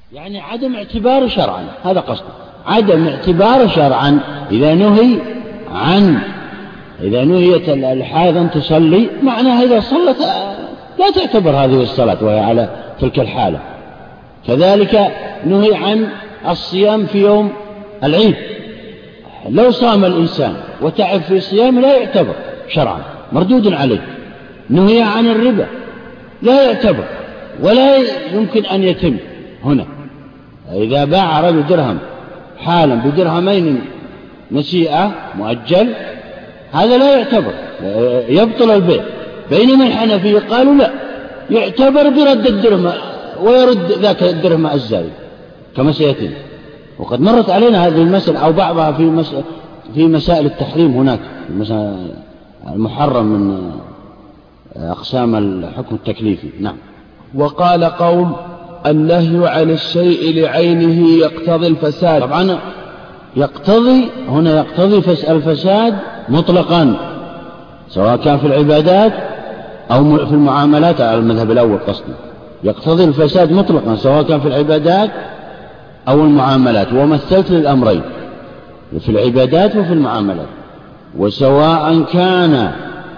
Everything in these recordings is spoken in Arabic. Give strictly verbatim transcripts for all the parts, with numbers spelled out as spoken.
يعني عدم اعتباره شرعا، هذا قصده، عدم اعتباره شرعا. إذا نهي عن إذا نهيت الحائض أن تصلي، معناها إذا صلت لا تعتبر هذه الصلاة وهي على تلك الحالة. كذلك نهي عن الصيام في يوم العيد، لو صام الإنسان وتعب في صيام لا يعتبر شرعا، مردود عليه. نهي عن الربا، لا يعتبر ولا يمكن أن يتم هنا. إذا باع رجل درهم حالا بدرهمين نسيئة مؤجل، هذا لا يعتبر، يبطل البيع. بينما الحنفية قالوا لا، يعتبر برد الدرهم ويرد ذاك الدرهم الزائد كما سيأتي. وقد مرت علينا هذه المسألة أو بعضها في مسألة في مسائل التحريم هناك، المحرم من أقسام الحكم التكليفي. نعم. وقال قوم النهي عن الشيء لعينه يقتضي الفساد. طبعا يقتضي هنا يقتضي الفساد مطلقا، سواء كان في العبادات أو في المعاملات، على المذهب الأول قصدي. يقتضي الفساد مطلقا سواء كان في العبادات أو المعاملات، ومثلت للأمرين في العبادات وفي المعاملات. وسواء كان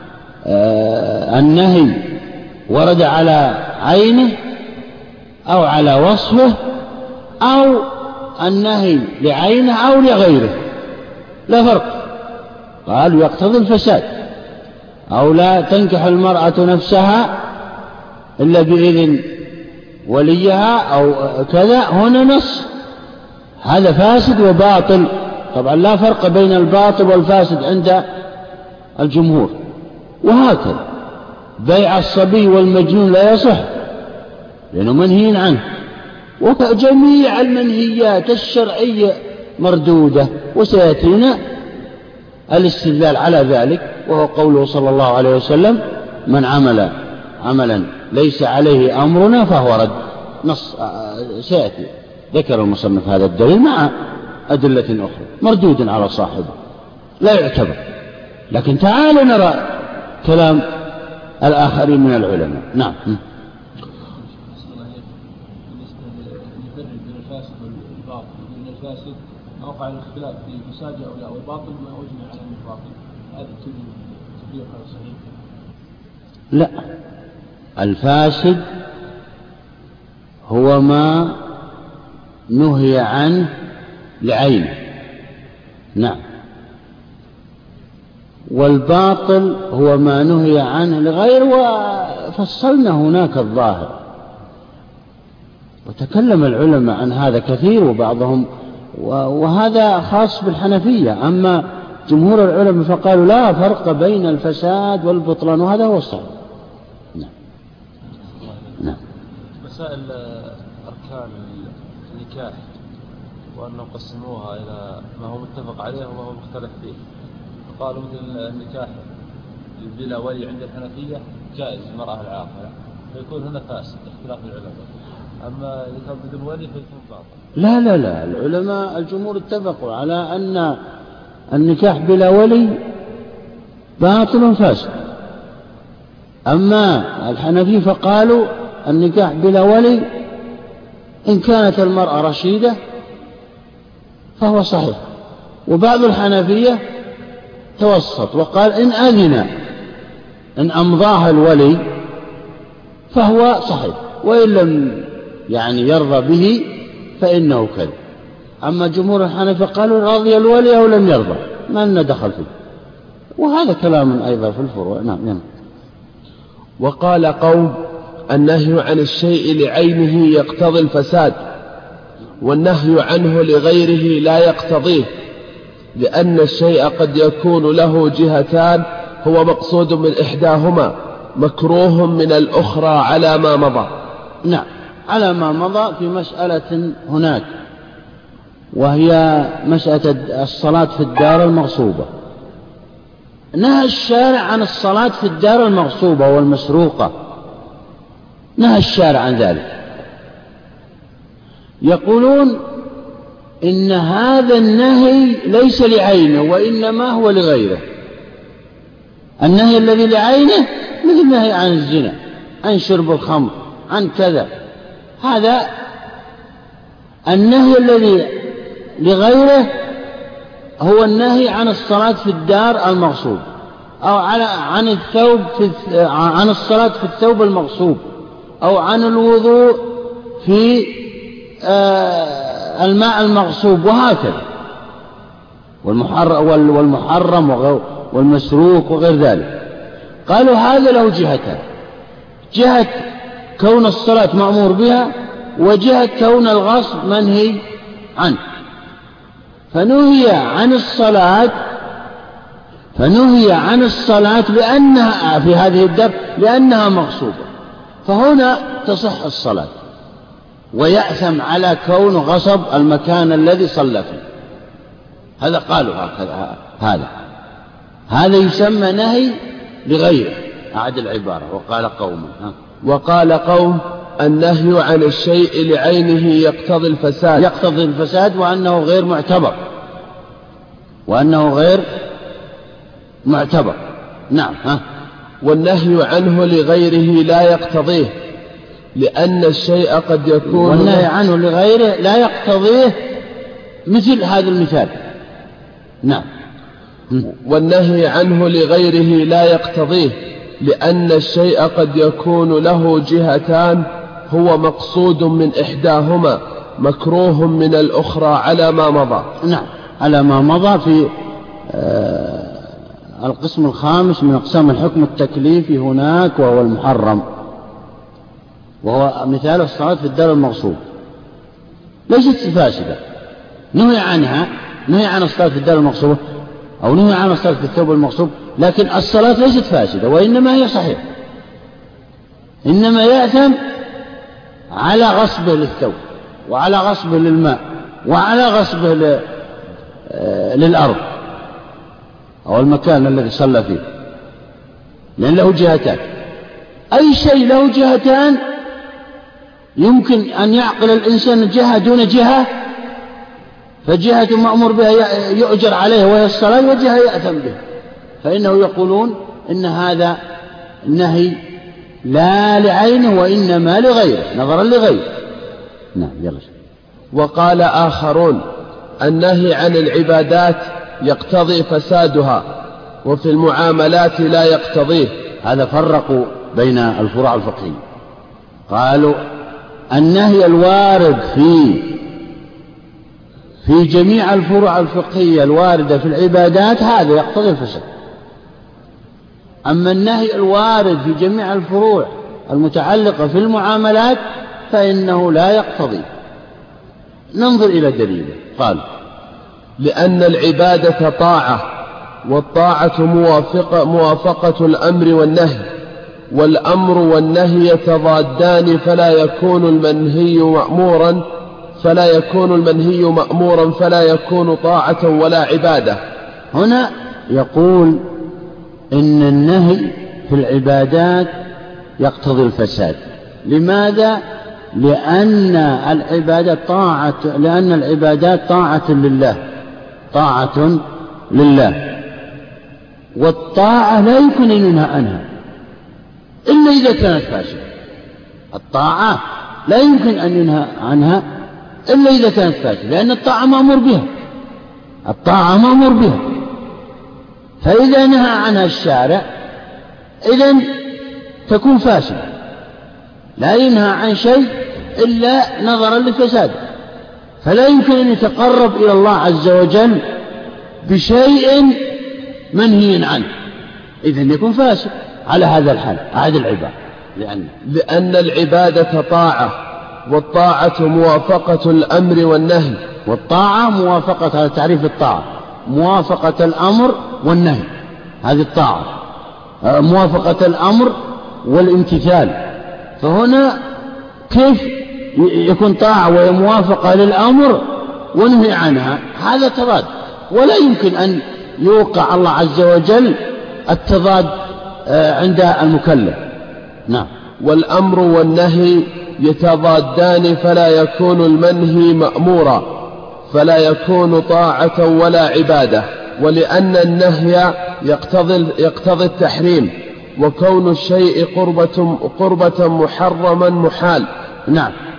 آه النهي ورد على عينه أو على وصفه، أو النهي لعينه أو لغيره، لا فرق. قالوا يقتضي الفساد، أو لا تنكح المرأة نفسها إلا بإذن وليها أو كذا، هنا نص، هذا فاسد وباطل. طبعا لا فرق بين الباطل والفاسد عند الجمهور. وهكذا بيع الصبي والمجنون لا يصح لأنه منهي عنه. وجميع المنهيات الشرعية مردودة، وسيأتينا الاستدلال على ذلك، وهو قوله صلى الله عليه وسلم من عمل عملا ليس عليه أمرنا فهو رد. نص سيأتي ذكر المصنف هذا الدليل مع أدلة أخرى مردود على صاحبه لا يعتبر. لكن تعالوا نرى كلام الآخرين من العلماء. نعم. الفاسد وقع الاختلاف في فساد او لا، والباطل ما اجمع على انه باطل، هذا تطبيق صحيح؟ لا، الفاسد هو ما نهي عنه لعينه، نعم، والباطل هو ما نهي عنه لغيره. وفصلنا هناك الظاهر، وتكلم العلماء عن هذا كثير، وبعضهم وهذا خاص بالحنفية. أما جمهور العلماء فقالوا لا فرق بين الفساد والبطلان، وهذا هو الصحيح. نعم. نعم. مسائل أركان النكاح وأنهم قسموها إلى ما هو متفق عليه وما هو مختلف فيه. قالوا مثل النكاح بلا ولي عند الحنفية جائز المرأة العاقلة، فيكون هنا فاسد اختلاف العلماء. أما إذا كان بدون ولي فيكون باطل. لا لا لا، العلماء الجمهور اتفقوا على أن النكاح بلا ولي باطل فاسد. أما الحنفي فقالوا النكاح بلا ولي إن كانت المرأة رشيدة فهو صحيح. وبعض الحنفية توسط وقال إن أذن إن أمضاها الولي فهو صحيح، وإن لم يعني يرضى به فإنه كذب. أما جمهور الحنفية قالوا رضي الولي أو لم يرضى ما لنا دخل فيه، وهذا كلام أيضا في الفروع. نعم. نعم. وقال قوم النهي عن الشيء لعينه يقتضي الفساد، والنهي عنه لغيره لا يقتضيه، لأن الشيء قد يكون له جهتان هو مقصود من إحداهما مكروه من الأخرى على ما مضى. نعم، على ما مضى في مسألة هناك، وهي مسألة الصلاة في الدار المغصوبة. نهى الشارع عن الصلاة في الدار المغصوبة والمسروقة، نهى الشارع عن ذلك. يقولون إن هذا النهي ليس لعينه وإنما هو لغيره. النهي الذي لعينه مثل النهي عن الزنا، عن شرب الخمر، عن كذا، هذا النهي الذي لغيره هو النهي عن الصلاة في الدار المغصوب، أو على عن الثوب في عن الصلاة في الثوب المغصوب، أو عن الوضوء في الماء المغصوب، وهكذا، والمحرم والمسروق وغير ذلك. قالوا هذا له جهتان: جهة كون الصلاة مأمور بها، وجهة كون الغصب منهي عنه. فنهي عن الصلاة فنهي عن الصلاة لأنها في هذه الدار لأنها مغصوبة، فهنا تصح الصلاة، ويأثم على كون غصب المكان الذي صلى فيه. هذا قالوا هذا هذا هذا يسمى نهي لغيره. أعد العبارة: وقال قوم وقال قوم النهي عن الشيء لعينه يقتضي الفساد يقتضي الفساد وأنه غير معتبر وأنه غير معتبر نعم ها والنهي عنه لغيره لا يقتضيه، لأن الشيء قد يكون والنهي عنه لغيره لا يقتضيه مثل هذا المثال. نعم. والنهي عنه لغيره لا يقتضيه، لأن الشيء قد يكون له جهتان، هو مقصود من إحداهما، مكروه من الأخرى، على ما مضى. نعم، على ما مضى في آه القسم الخامس من أقسام الحكم التكليفي هناك، وهو المحرم، وهو مثال الصلاة في الدار المغصوب. ليست فاسدة، نهي عنها، نهي عن الصلاة في الدار المغصوبة، أو نهي عن الصلاة في الثوب المغصوب، لكن الصلاة ليست فاسدة، وإنما هي صحيحة، إنما يأثم على غصبه للثوب، وعلى غصبه للماء، وعلى غصبه للأرض أو المكان الذي صلى فيه، لأن له جهتان. أي شيء له جهتان يمكن أن يعقل الإنسان جهة دون جهة، فجهة مأمور بها يؤجر عليه وهي الصلاة، وجهة يأثم بها، فإنه يقولون إن هذا النهي لا لعينه وإنما لغيره، نظرا لغيره. نعم يلا. وقال آخرون النهي عن العبادات يقتضي فسادها، وفي المعاملات لا يقتضيه. هذا فرقوا بين الفروع الفقهية، قالوا النهي الوارد في في جميع الفروع الفقهية الواردة في العبادات هذا يقتضي الفساد، أما النهي الوارد في جميع الفروع المتعلقة في المعاملات فإنه لا يقتضي. ننظر إلى دليله. قال لأن العبادة طاعة، والطاعة موافقة, موافقة الأمر والنهي، والأمر والنهي يتضادان، فلا يكون المنهي مأمورا فلا يكون المنهي مأمورا فلا يكون طاعة ولا عبادة. هنا يقول إن النهي في العبادات يقتضي الفساد. لماذا؟ لأن العبادات طاعة لأن العبادات طاعة لله طاعة لله والطاعة لا يمكن أن ينهى عنها إلا إذا كانت فاسدة. الطاعة لا يمكن أن ينهى عنها إلا إذا كانت فاسدة، لأن الطاعة مأمور بها الطاعة مأمور بها فإذا نهى عنها الشارع إذن تكون فاسدة، لا ينهى عن شيء إلا نظرا لفساده، فلا يمكن أن يتقرب إلى الله عز وجل بشيء منهي عنه، إذن يكون فاسد. على هذا الحال أعد العبادة، لأن لأن العبادة طاعة، والطاعة موافقة الأمر والنهي. والطاعة موافقة، هذا تعريف الطاعة، موافقة الأمر والنهي، هذه الطاعة، موافقة الأمر والامتثال. فهنا كيف يكون طاعة وهي موافقة للأمر ونهي عنها؟ هذا تضاد، ولا يمكن أن يوقع الله عز وجل التضاد عند المكلف. نعم. والأمر والنهي يتضادان، فلا يكون المنهي مأمورا فلا يكون طاعة ولا عبادة. ولأن النهي يقتضي, يقتضي التحريم، وكون الشيء قربة, قربة محرما محال. نعم.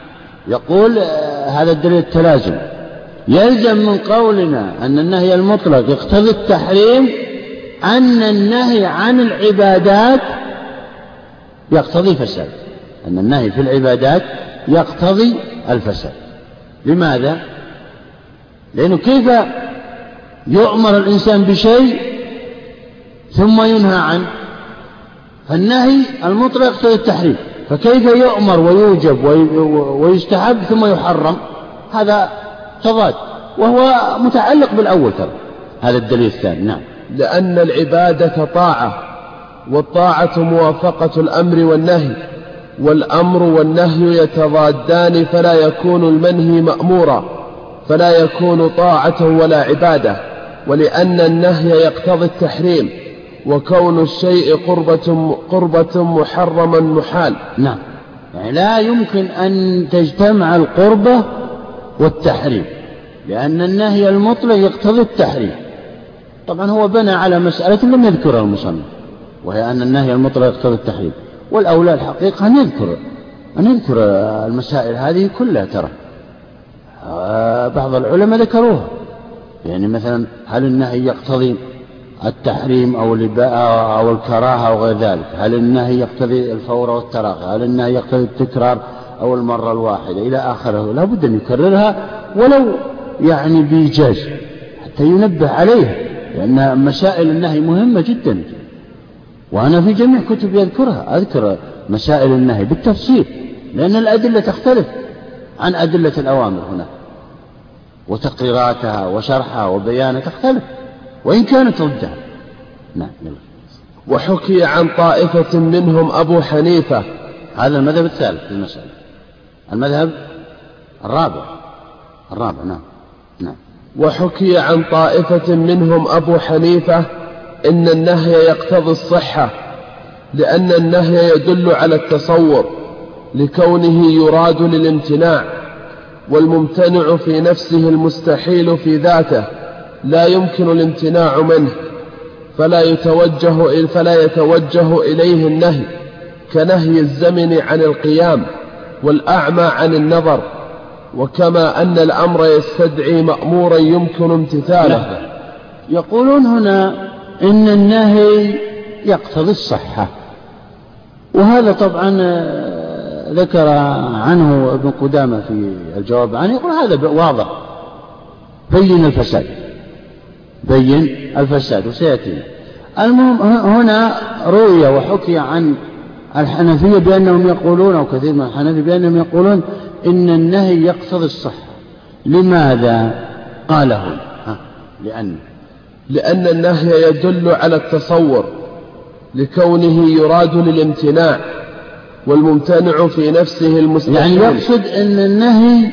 يقول هذا الدليل التلازم، يلزم من قولنا أن النهي المطلق يقتضي التحريم أن النهي عن العبادات يقتضي فساد، أن النهي في العبادات يقتضي الفساد. لماذا؟ لأنه كيف يؤمر الإنسان بشيء ثم ينهى عنه؟ فالنهي المطلق يقتضي التحريم، فكيف يؤمر ويوجب ويستحب ثم يحرم؟ هذا تضاد، وهو متعلق بالأول ترى. هذا الدليل الثاني. نعم. لأن العبادة طاعة، والطاعة موافقة الأمر والنهي، والأمر والنهي يتضادان، فلا يكون المنهي مأمورا فلا يكون طاعة ولا عبادة. ولأن النهي يقتضي التحريم، وكون الشيء قربة, قربة محرما محال. نعم، يعني لا يمكن أن تجتمع القربة والتحريم، لأن النهي المطلق يقتضي التحريم. طبعا هو بنى على مسألة لم يذكرها المصنف، وهي أن النهي المطلق يقتضي التحريم، والأولى الحقيقة أن يذكر أن يذكر المسائل هذه كلها. ترى بعض العلماء ذكروها، يعني مثلا هل النهي يقتضي التحريم أو الإباحة أو الكراهة أو غير ذلك؟ هل النهي يقتضي الفور والتراخي؟ هل النهي يقتضي التكرار أو المرة الواحدة إلى آخره؟ لا بد أن يكررها ولو يعني بإيجاز حتى ينبه عليها، لأن مسائل النهي مهمة جدا، وأنا في جميع كتب يذكرها أذكر مسائل النهي بالتفصيل، لأن الأدلة تختلف عن أدلة الأوامر هنا، وتقريراتها وشرحها وبيانها تختلف وإن كانت ضدها. نعم. وحكي عن طائفة منهم أبو حنيفة. هذا المذهب الثالث في المسألة، المذهب الرابع الرابع نعم. نعم. وحكي عن طائفة منهم أبو حنيفة إن النهي يقتضي الصحة، لأن النهي يدل على التصور لكونه يراد للامتناع، والممتنع في نفسه المستحيل في ذاته لا يمكن الامتناع منه، فلا يتوجه فلا يتوجه إليه النهي، كنهي الزمن عن القيام والأعمى عن النظر. وكما أن الأمر يستدعي مأمورا يمكن امتثاله. يقولون هنا إن النهي يقتضي الصحة، وهذا طبعا ذكر عنه ابن قدامة في الجواب عنه، يقول هذا واضح، بين الفساد بين الفساد وسيأتينا. المهم هنا روي وحكي عن الحنفية بأنهم يقولون، أو كثير من الحنفية بأنهم يقولون إن النهي يقتضي الصحة. لماذا قاله؟ لأن لأن النهي يدل على التصور لكونه يراد للامتناع، والممتنع في نفسه المستحيل. يعني يقصد أن النهي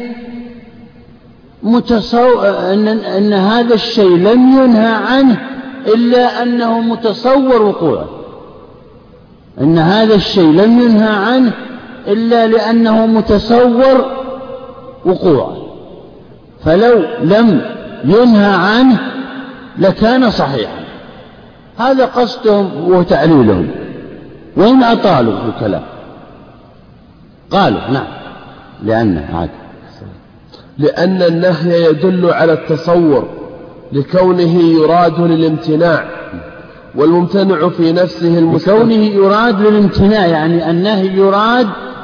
متصور أن, أن هذا الشيء لم ينهى عنه إلا أنه متصور وقوعه، أن هذا الشيء لم ينهى عنه إلا لأنه متصور وقوعه، فلو لم ينهى عنه لكان صحيحا. هذا قصدهم وتعليلهم، وإن أطالوا في الكلام قالوا نعم لأن عاد لأن النهي يدل على التصور لكونه يراد للامتناع، والممتنع في نفسه المستحيل. لكونه يراد للامتناع يعني النهي يراد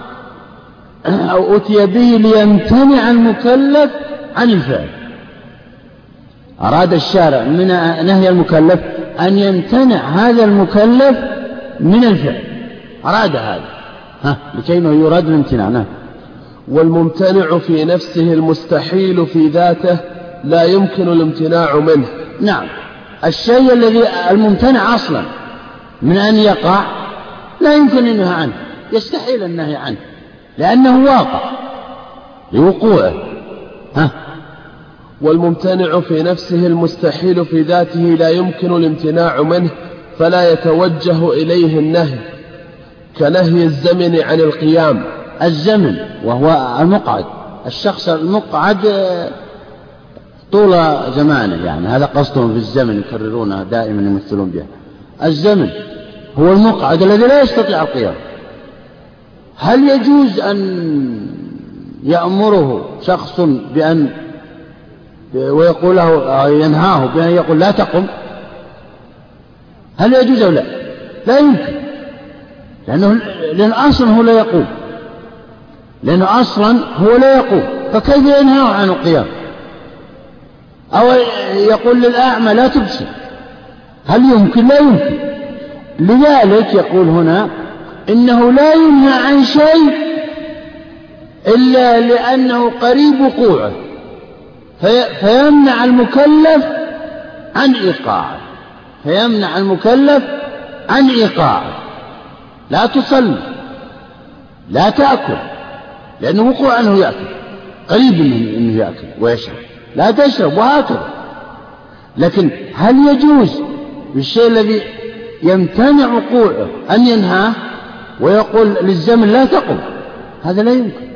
أو أتي به ليمتنع المكلف عن الفعل. أراد الشارع من نهي المكلف أن يمتنع هذا المكلف من الفعل، أراد هذا ها لكونه يراد الامتناع. نعم. والممتنع في نفسه المستحيل في ذاته لا يمكن الامتناع منه. نعم، الشيء الذي الممتنع أصلا من أن يقع لا يمكن النهي عنه، يستحيل النهي عنه لأنه واقع لوقوعه. ها والممتنع في نفسه المستحيل في ذاته لا يمكن الامتناع منه، فلا يتوجه إليه النهي، كنهي الزمن عن القيام. الزمن وهو المقعد، الشخص المقعد طول زمانه، يعني هذا قصدهم في الزمن يكررونها دائما يمثلون بها. الزمن هو المقعد الذي لا يستطيع القيام. هل يجوز أن يأمره شخص بأن ويقول له ينهاه بأن يقول لا تقم، هل يجوز أو لا؟ لا يمكن، لأنه لأن أصلا هو لا يقوم، لأنه أصلا هو لا يقوم، فكيف ينهاه عن القيام؟ أو يقول للأعمى لا تبصر، هل يمكن؟ لا يمكن. لذلك يقول هنا إنه لا ينهى عن شيء إلا لأنه قريب وقوعه، في فيمنع المكلف عن إيقاعه، فيمنع المكلف عن إيقاعه. لا تصلي، لا تأكل، لأنه وقوع أنه يأكل، قريب أنه يأكل ويشرب، لا تشرب، وهكذا. لكن هل يجوز بالشيء الذي يمتنع وقوعه أن ينهاه ويقول للزمن لا تقم؟ هذا لا يمكن،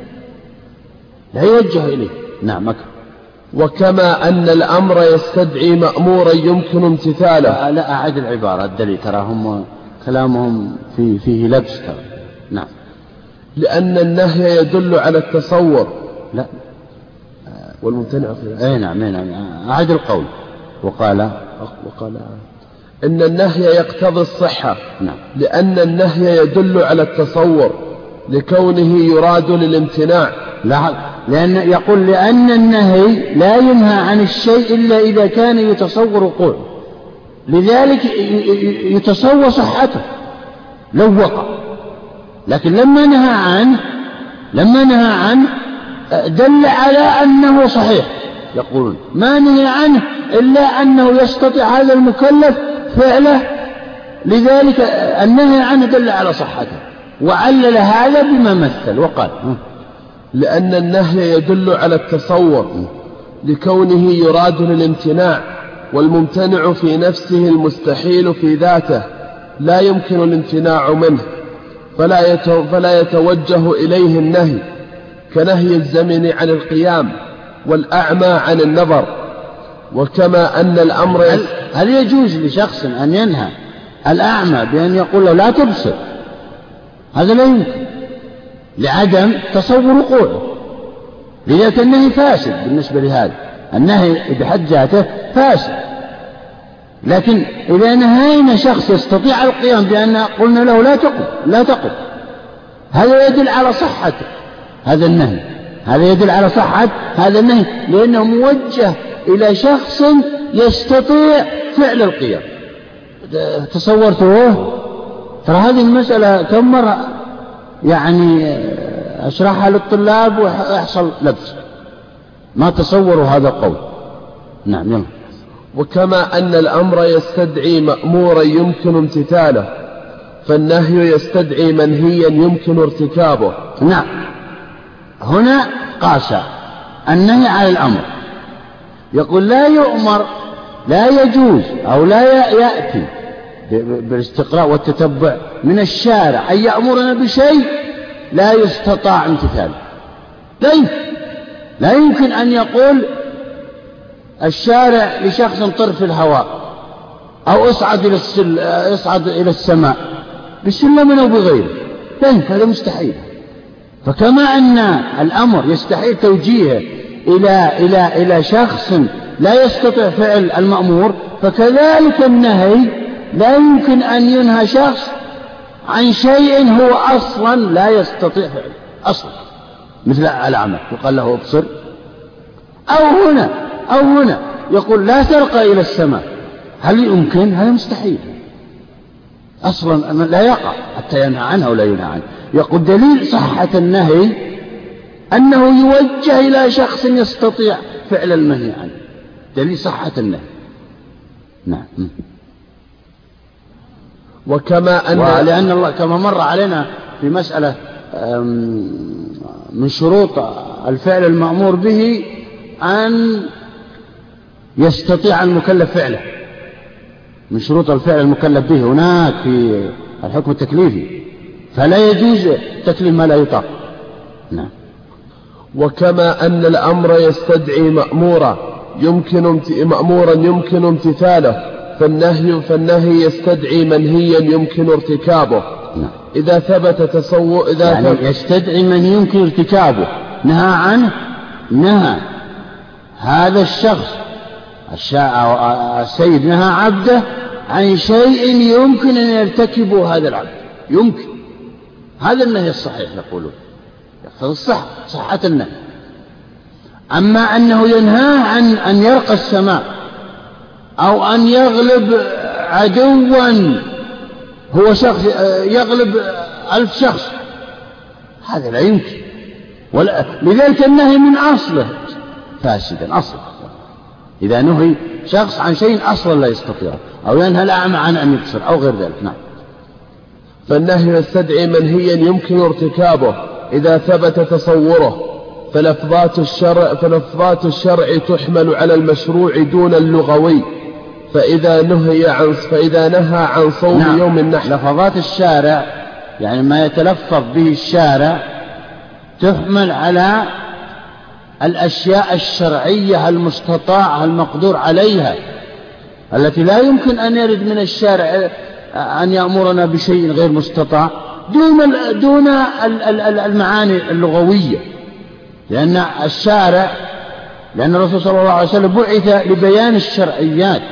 لا يوجه إليه. نعم أكبر. وكما أن الأمر يستدعي مأمورا يمكن امتثاله. لا أعد العبارة، الدليل ترى هم كلامهم في فيه لبس ترى. نعم. لأن النهي يدل على التصور. لا والممتنع في أي نعم أي نعم أعد القول. وقال وقال إن النهي يقتضي الصحة. نعم. لأن النهي يدل على التصور لكونه يراد للامتناع. لا، لأن يقول لأن النهي لا ينهى عن الشيء إلا إذا كان يتصور وقوعه، لذلك يتصور صحته لو وقع. لكن لما نهى عنه لما نهى عنه دل على أنه صحيح. يقولون ما نهي عنه إلا أنه يستطيع هذا المكلف فعله، لذلك النهي عنه دل على صحته، وعلل هذا بما مثل وقال لأن النهي يدل على التصور لكونه يراد للامتناع، والممتنع في نفسه المستحيل في ذاته لا يمكن الامتناع منه، فلا فلا يتوجه إليه النهي، كنهي الزمن عن القيام والأعمى عن النظر. وكما أن الأمر هل, هل يجوز لشخص أن ينهى الأعمى بأن يقول له لا تبصر؟ هذا لا يمكن، لعدم تصور وقوعه. لذلك النهي فاسد بالنسبة لهذا، النهي بحد ذاته فاسد. لكن إذا نهينا شخص يستطيع القيام بأن قلنا له لا تقم لا تقم، هذا يدل على صحة هذا النهي، هذا يدل على صحة هذا النهي، لأنه موجه إلى شخص يستطيع فعل القيام. تصورتوه؟ ترى هذه المسألة كم مرة يعني أشرحها للطلاب ويحصل لبس، ما تصوروا هذا القول. نعم يلا. وكما أن الأمر يستدعي مأمورا يمكن امتثاله، فالنهي يستدعي منهيا يمكن ارتكابه. نعم، هنا قاس النهي على الأمر، يقول لا يؤمر، لا يجوز أو لا يأتي بالاستقراء والتتبع من الشارع أن يأمرنا بشيء لا يستطاع امتثاله. لا يمكن لا يمكن أن يقول الشارع لشخص طر في الهواء أو اصعد إلى السل... اصعد إلى السماء بسلم أو بغيره، لا يمكن، هذا مستحيل. فكما أن الأمر يستحيل توجيهه إلى إلى إلى شخص لا يستطيع فعل المأمور، فكذلك النهي لا يمكن أن ينهى شخص عن شيء هو أصلا لا يستطيع فعله أصلا، مثل الأعمى يقال له ابصر، أو هنا أو هنا يقول لا ترقى إلى السماء، هل يمكن؟ هذا مستحيل أصلا، لا يقع حتى ينهى عنه أو لا ينهى عنه. يقول دليل صحة النهي أنه يوجه إلى شخص يستطيع فعل المنهي عنه، دليل صحة النهي. نعم. وكما أن ولأن الله كما مر علينا في مسألة من شروط الفعل المأمور به أن يستطيع المكلف فعله، من شروط الفعل المكلف به هناك في الحكم التكليفي، فلا يجوز تكليف ما لا يطاق. نعم. وكما أن الأمر يستدعي مأمورا يمكن مأمورا يمكن امتثاله، فالنهي فالنهي يستدعي منهيا يمكن ارتكابه. نعم. إذا ثبت تصور إذا يعني يستدعي من يمكن ارتكابه، نهى عنه، نهى هذا الشخص السيد نهى عبده عن شيء يمكن أن يرتكبه هذا العبد، يمكن. هذا النهي الصحيح يقولون، يقتضي الصحة، صحة النهي. أما أنه ينهاه عن أن يرقى السماء أو أن يغلب عدوا هو شخص يغلب ألف شخص، هذا لا يمكن. ولا لذلك النهي من أصله فاسدا أصلا. إذا نهي شخص عن شيء أصلا لا يستطيع، أو ينهى الأعمى عن أن يبصر أو غير ذلك. نعم. فالنهي يستدعي منهيا يمكن ارتكابه إذا ثبت تصوره، فلفظات الشرع, فلفظات الشرع تحمل على المشروع دون اللغوي، فإذا نهي عن فإذا نهى عن صوم نعم. يوم النحر. لفظات الشارع يعني ما يتلفظ به الشارع تحمل على الأشياء الشرعية المستطاعة المقدور عليها، التي لا يمكن أن يرد من الشارع أن يأمرنا بشيء غير مستطاع دون دون المعاني اللغوية. لأن الشارع لأن الرسول صلى الله عليه وسلم بعث لبيان الشرعيات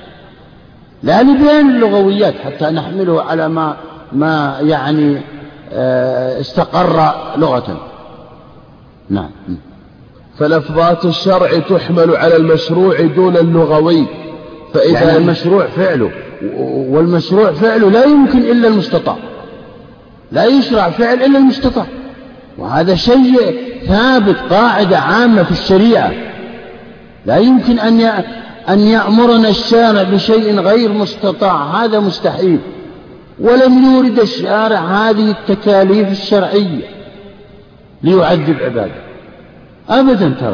لا لبيان اللغويات، حتى نحمله على ما ما يعني استقر لغة. نعم. فلفظات الشرع تحمل على المشروع دون اللغوي، فإذا يعني المشروع فعله، والمشروع فعله لا يمكن إلا المستطاع، لا يشرع فعل إلا المستطاع، وهذا شيء ثابت، قاعدة عامة في الشريعة. لا يمكن أن أن يأمرنا الشارع بشيء غير مستطاع، هذا مستحيل. ولم يورد الشارع هذه التكاليف الشرعية ليعذب عباده أبدا. ترى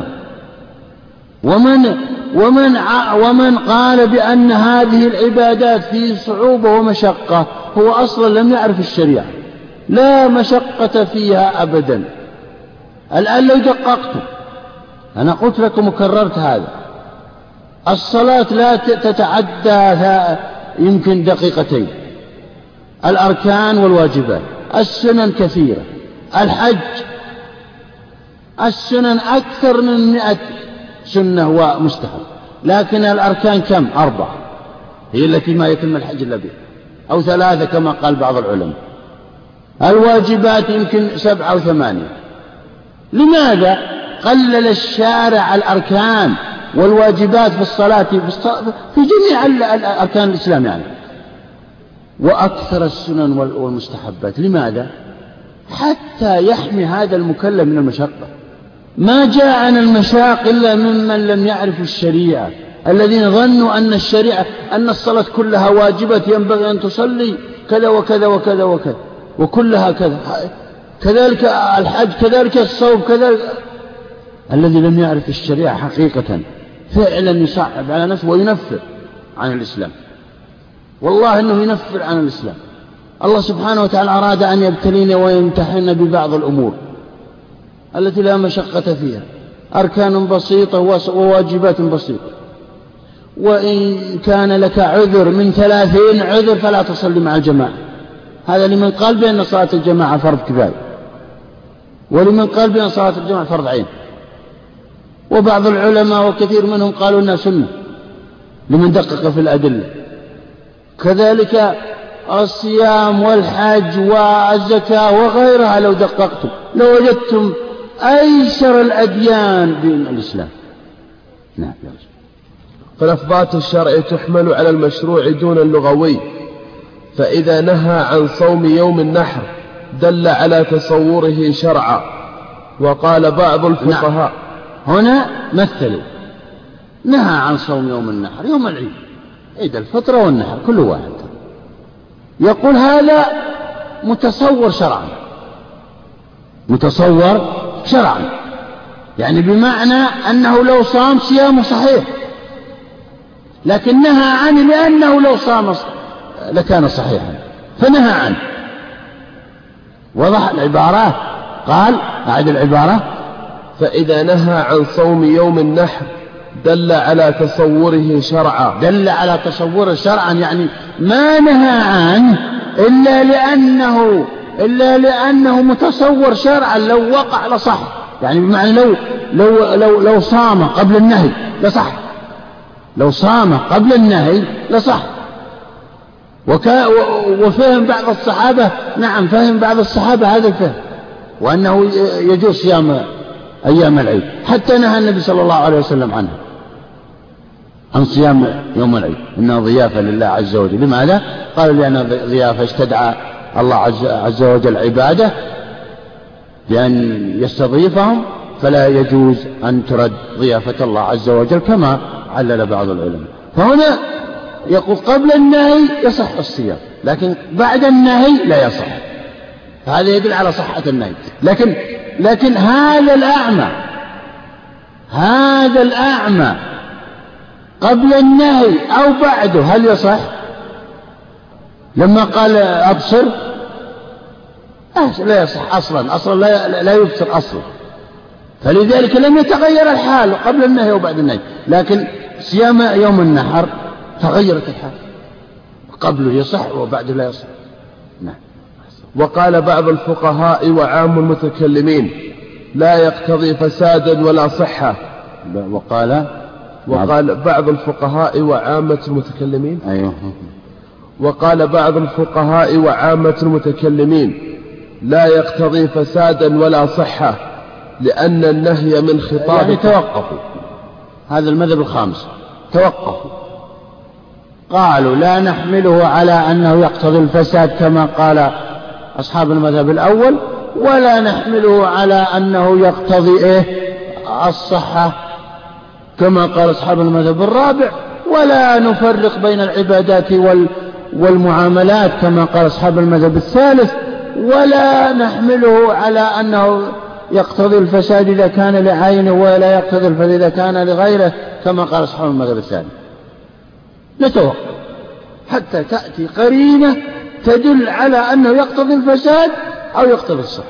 ومن ومن ومن قال بأن هذه العبادات في صعوبة ومشقة هو أصلا لم يعرف الشريعة، لا مشقة فيها أبدا. الآن لو دققت، أنا قلت لكم وكررت هذا، الصلاة لا تتعدى يمكن دقيقتين، الأركان والواجبات، السنن كثيرة، الحج السنن أكثر من مئة سنة ومستحب، لكن الأركان كم؟ أربعة، هي التي ما يتم الحج إلا بها، أو ثلاثة كما قال بعض العلماء. الواجبات يمكن سبعة أو ثمانية. لماذا قلل الشارع الأركان والواجبات في الصلاة في جميع أركان الإسلام يعني، وأكثر السنن والمستحبات؟ لماذا؟ حتى يحمي هذا المكلف من المشقة. ما جاءنا المشاق إلا ممن لم يعرفوا الشريعة، الذين ظنوا أن الشريعة أن الصلاة كلها واجبة ينبغي أن تصلي كذا وكذا وكذا وكذا وكلها كذا، كذلك الحج، كذلك الصوم، كذلك. الذي لم يعرف الشريعة حقيقة فعلا يصعب على نفسه وينفر عن الإسلام. والله أنه ينفر عن الإسلام. الله سبحانه وتعالى أراد أن يبتلينا ويمتحن ببعض الأمور التي لا مشقة فيها، أركان بسيطة وواجبات بسيطة. وإن كان لك عذر من ثلاثين عذر فلا تصلي مع الجماعة، هذا لمن قال بأن صلاة الجماعة فرض كفاية، ولمن قال بأن صلاة الجماعة فرض عين. وبعض العلماء وكثير منهم قالوا أنها سنة لمن دقق في الأدلة. كذلك الصيام والحج والزكاة وغيرها لو دققتم لوجدتم أيسر الأديان دين الإسلام. نعم. فلفظات الشرع تحمل على المشروع دون اللغوي، فإذا نهى عن صوم يوم النحر دل على تصوره شرعا. وقال بعض الفقهاء نعم. هنا مثلوا، نهى عن صوم يوم النحر، يوم العيد، عيد الفطر والنحر كل واحد، يقول هذا متصور شرعا، متصور شرعا، يعني بمعنى أنه لو صام صيامه صحيح، لكن نهى عنه لأنه لو صام لكان صحيحا فنهى عنه. وضح العبارة، قال أعد العبارة: فإذا نهى عن صوم يوم النحر دل على تصوره شرعا. دل على تصوره شرعا، يعني ما نهى عنه إلا لأنه إلا لأنه متصور شرعا، لو وقع لصح، يعني بمعنى لو لو لو لو صام قبل النهي لصح، لو صام قبل النهي لصح. وكا وفهم بعض الصحابة، نعم فهم بعض الصحابة هذا الفهم، وأنه يجوز صيام أيام العيد، حتى نهى النبي صلى الله عليه وسلم عنه، عن صيام يوم العيد، إنها ضيافة لله عز وجل. لماذا؟ قال لأن ضيافة استدعى الله عز وجل عباده بأن يستضيفهم، فلا يجوز أن ترد ضيافة الله عز وجل كما علل بعض العلماء. فهنا يقول قبل النهي يصح الصيام، لكن بعد النهي لا يصح. هذا يدل على صحة النهي. لكن لكن هذا الأعمى هذا الأعمى قبل النهي أو بعده هل يصح؟ لما قال أبصر لا يصح أصلا، أصلا لا, لا يبصر أصلا، فلذلك لم يتغير الحال قبل النهي وبعد النهي. لكن صيام يوم النحر تغيرت الحال، قبله يصح وبعده لا يصح. نعم. وقال بعض الفقهاء وعام المتكلمين لا يقتضي فسادا ولا صحة. وقال وقال بعض الفقهاء وعامة المتكلمين أيوه. وقال بعض الفقهاء وعامة المتكلمين لا يقتضي فسادا ولا صحة، لأن النهي من خطاب يعني توقفوا. هذا المذهب الخامس توقفوا، قالوا لا نحمله على أنه يقتضي الفساد كما قال أصحاب المذهب الأول، ولا نحمله على أنه يقتضي إيه الصحة كما قال أصحاب المذهب الرابع، ولا نفرق بين العبادات والمعاملات كما قال أصحاب المذهب الثالث، ولا نحمله على أنه يقتضي الفساد إذا كان لعينه ولا يقتضي الفساد إذا كان لغيره كما قال أصحاب المذهب الثاني. نتوقف حتى تأتي قرينة تدل على أنه يقتضي الفساد أو يقتضي الصحة،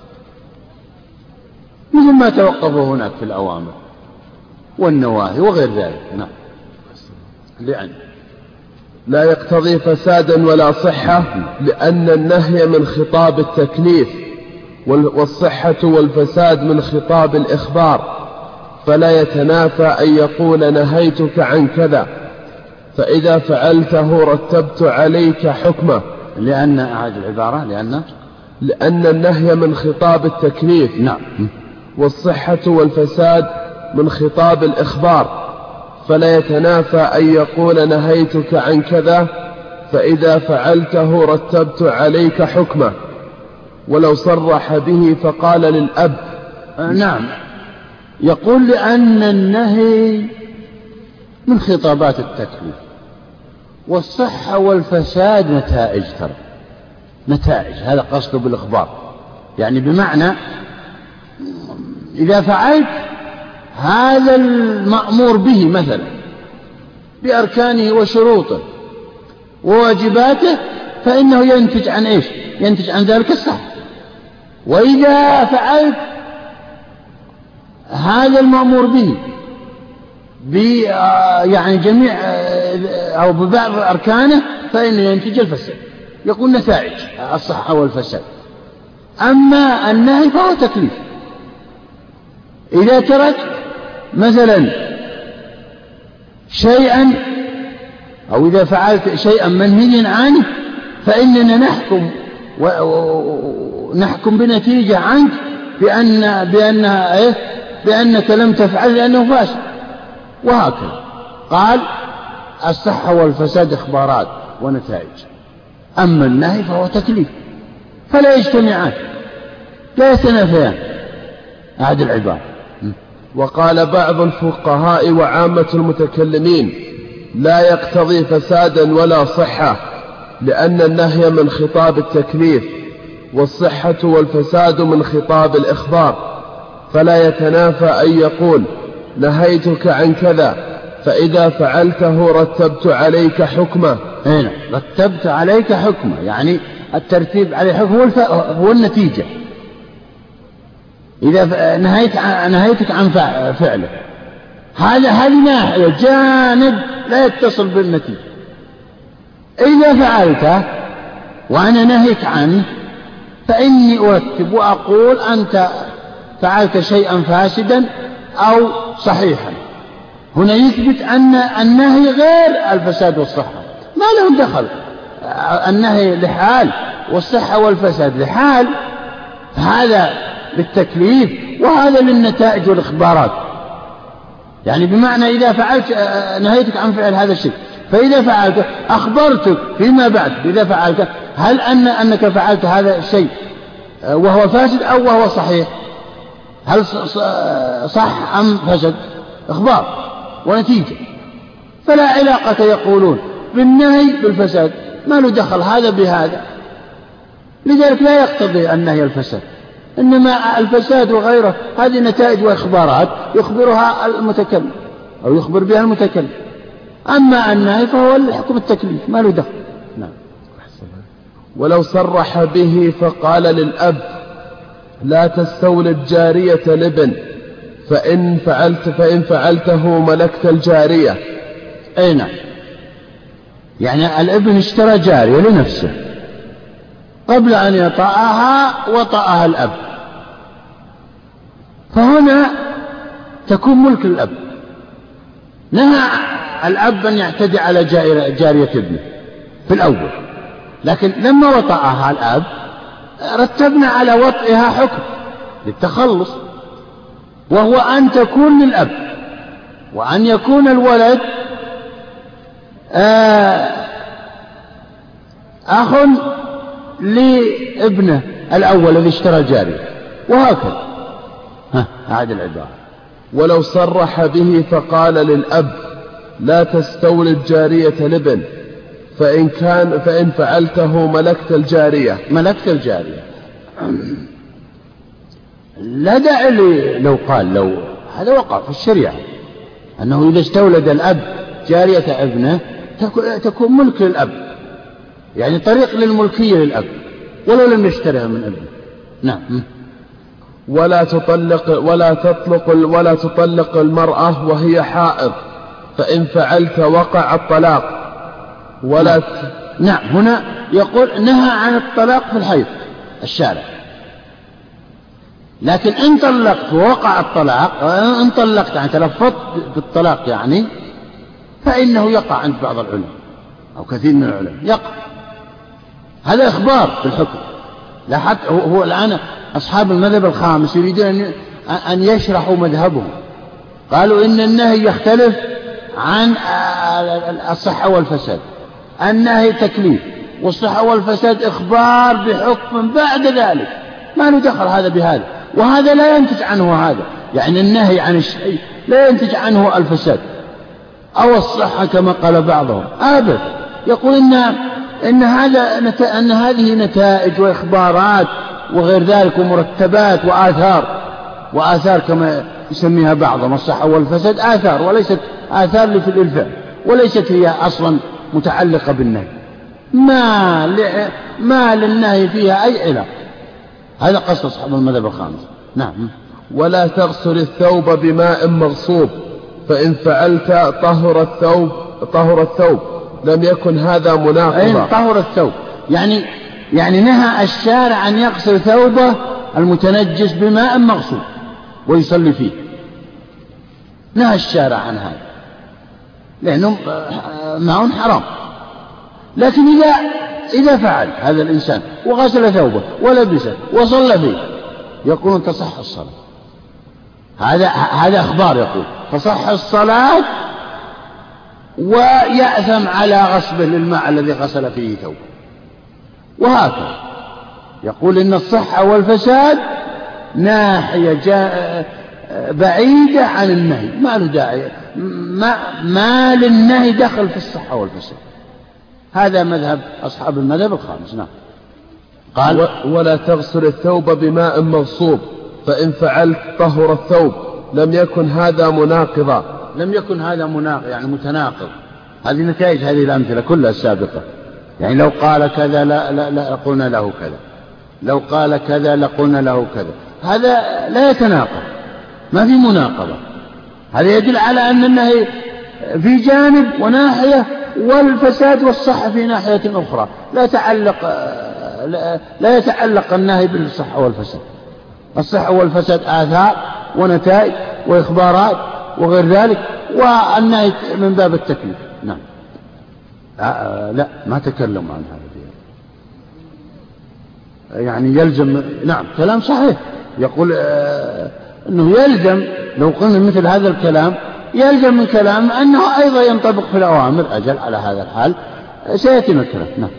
مثل ما توقفوا هناك في الأوامر والنواهي وغير ذلك. نعم. لأن لا يقتضي فسادا ولا صحة، لأن النهي من خطاب التكليف، والصحة والفساد من خطاب الإخبار، فلا يتنافى أن يقول نهيتك عن كذا فإذا فعلته رتبت عليك حكمه. لأن أعاد العبارة لأن لأن النهي من خطاب التكليف، نعم، والصحة والفساد من خطاب الإخبار، فلا يتنافى أن يقول نهيتك عن كذا فإذا فعلته رتبت عليك حكمه، ولو صرح به فقال للأب. نعم، يقول لأن النهي من خطابات التكليف، والصحة والفساد نتائج، ترى نتائج، هذا قصده بالإخبار، يعني بمعنى إذا فعلت هذا المأمور به مثلا بأركانه وشروطه وواجباته فإنه ينتج عن إيش؟ ينتج عن ذلك الصحة. وإذا فعلت هذا المأمور به يعني جميع أو ببعض أركانه فإنه ينتج الفساد. يقول نتائج الصحة والفساد. أما النهي فهو تكليف. إذا ترك مثلا شيئا أو إذا فعلت شيئا منهيا عنه فإننا نحكم ونحكم بنتيجة عنك بأن بأنها إيه؟ بأنك لم تفعل لأنه فاسد، وهكذا. قال الصحة والفساد إخبارات ونتائج، أما النهي فهو تكليف، فلا يجتمعان لا يتنافيان. هذه العبارة. وقال بعض الفقهاء وعامة المتكلمين لا يقتضي فسادا ولا صحة، لأن النهي من خطاب التكليف، والصحة والفساد من خطاب الإخبار، فلا يتنافى أن يقول نهيتك عن كذا فإذا فعلته رتبت عليك حكمه. هنا رتبت عليك حكمه، يعني الترتيب عليه حكم هو النتيجة. إذا نهيت نهيتك عن فعله، هذا هذه ناحية جانب لا يتصل بالنتيجة. إذا فعلته وأنا نهيت عنه فإني أرتب وأقول أنت فعلت شيئا فاسدا أو صحيحا. هنا يثبت أن النهي غير الفساد والصحة، ما لهم دخل. النهي لحال والصحة والفساد لحال، هذا بالتكليف وهذا للنتائج والإخبارات. يعني بمعنى إذا فعلت نهيتك عن فعل هذا الشيء، فإذا فعلته أخبرتك فيما بعد إذا فعلته هل أن أنك فعلت هذا الشيء وهو فاسد أو وهو صحيح، هل صح أم فسد، إخبار ونتيجة. فلا علاقة يقولون بالنهي بالفساد، ما له دخل هذا بهذا، لذلك لا يقتضي النهي الفساد، إنما الفساد وغيره هذه نتائج وإخبارات يخبرها المتكلم أو يخبر بها المتكلم. أما النهي فهو الحكم التكليف ما له دخل. نعم. ولو صرح به فقال للأب لا تستولد جارية لابن فإن فعلت فإن فعلته ملكت الجارية. أي نعم، يعني الابن اشترى جارية لنفسه قبل أن يطأها وطأها الأب، فهنا تكون ملك الأب. نهى الأب أن يعتدي على جارية ابنه في الأول، لكن لما وطأها الأب رتبنا على وطئها حكم للتخلص، وهو أن تكون للأب وأن يكون الولد أخ لابنه الأول الذي اشترى جارية، وهكذا. ها هذه العبارة. ولو صرح به فقال للأب لا تستولد جارية لابن فإن كان فإن فعلته ملكت الجارية. ملكت الجارية لا داعي لو قال لو هذا وقع في الشريعة أنه إذا استولد الأب جارية ابنه تكون ملك للأب، يعني طريق للملكية للأب ولو لم يشتريها من ابنه. نعم. ولا تطلق ولا تطلق ولا تطلق المرأة وهي حائض فإن فعلت وقع الطلاق. ولا نعم. نعم. هنا يقول نهى عن الطلاق في الحيض الشارع، لكن إن طلقت ووقع الطلاق، إن طلقت يعني تلفظت بالطلاق يعني، فإنه يقع عند بعض العلماء أو كثير من العلماء يقع. هذا إخبار بالحكم. لا حتى هو الآن أصحاب المذهب الخامس يريدون أن يشرحوا مذهبهم، قالوا إن النهي يختلف عن الصحة والفساد. النهي تكليف والصحة والفساد إخبار بحكم بعد ذلك، ما له دخل هذا بهذا، وهذا لا ينتج عنه هذا، يعني النهي عن الشيء لا ينتج عنه الفساد أو الصحة كما قال بعضهم أبدا. يقول إن إن هذا أن هذه نتائج وإخبارات وغير ذلك ومرتبات وآثار، وآثار كما يسميها بعضهم الصحة والفساد آثار وليست آثار في الفعل، وليست هي أصلا متعلقة بالنهي، ما ما للنهي فيها أي علاقة. هذا قصد أصحاب المذهب الخامس. نعم. ولا تغسل الثوب بماء مغصوب فإن فعلت طهر الثوب طهر الثوب لم يكن هذا مناقضا. أين طهر الثوب؟ يعني يعني نهى الشارع أن يغسل ثوبه المتنجس بماء مغصوب ويصلي فيه، نهى الشارع عن هذا لأنه ماء حرام. لكن إذا إذا فعل هذا الإنسان وغسل ثوبه ولبسه وصلى فيه يقولون تصح الصلاة. هذا هذا أخبار يقول تصح الصلاة ويأثم على غصبه للماء الذي غسل فيه ثوبه. وهكذا يقول إن الصحة والفساد ناحية بعيدة عن النهي، ما له داعي، ما, ما للنهي دخل في الصحة والفساد. هذا مذهب أصحاب المذهب الخامس. نعم. قال ولا تغسل الثوب بماء مغصوب فإن فعلت طهر الثوب لم يكن هذا مناقضا. لم يكن هذا مناقض يعني متناقض. هذه نتائج هذه الأمثلة كلها السابقة. يعني لو قال كذا لا, لا, لا قلنا له كذا، لو قال كذا لقلنا له كذا، هذا لا يتناقض، ما في مناقضة. هذا يدل على أن النهي في جانب وناحية والفساد والصحة في ناحية أخرى، لا تعلق لا يتعلق النهي بالصحة والفساد. الصحة والفساد آثار ونتائج وإخبارات وغير ذلك، والنهي من باب التكليف. نعم. آه لا ما تكلم عن هذا يعني يلزم. نعم كلام صحيح، يقول آه أنه يلزم لو قلنا مثل هذا الكلام يلزم من كلام أنه أيضا ينطبق في الأوامر. أجل على هذا الحال سيأتينا الكلام. نعم.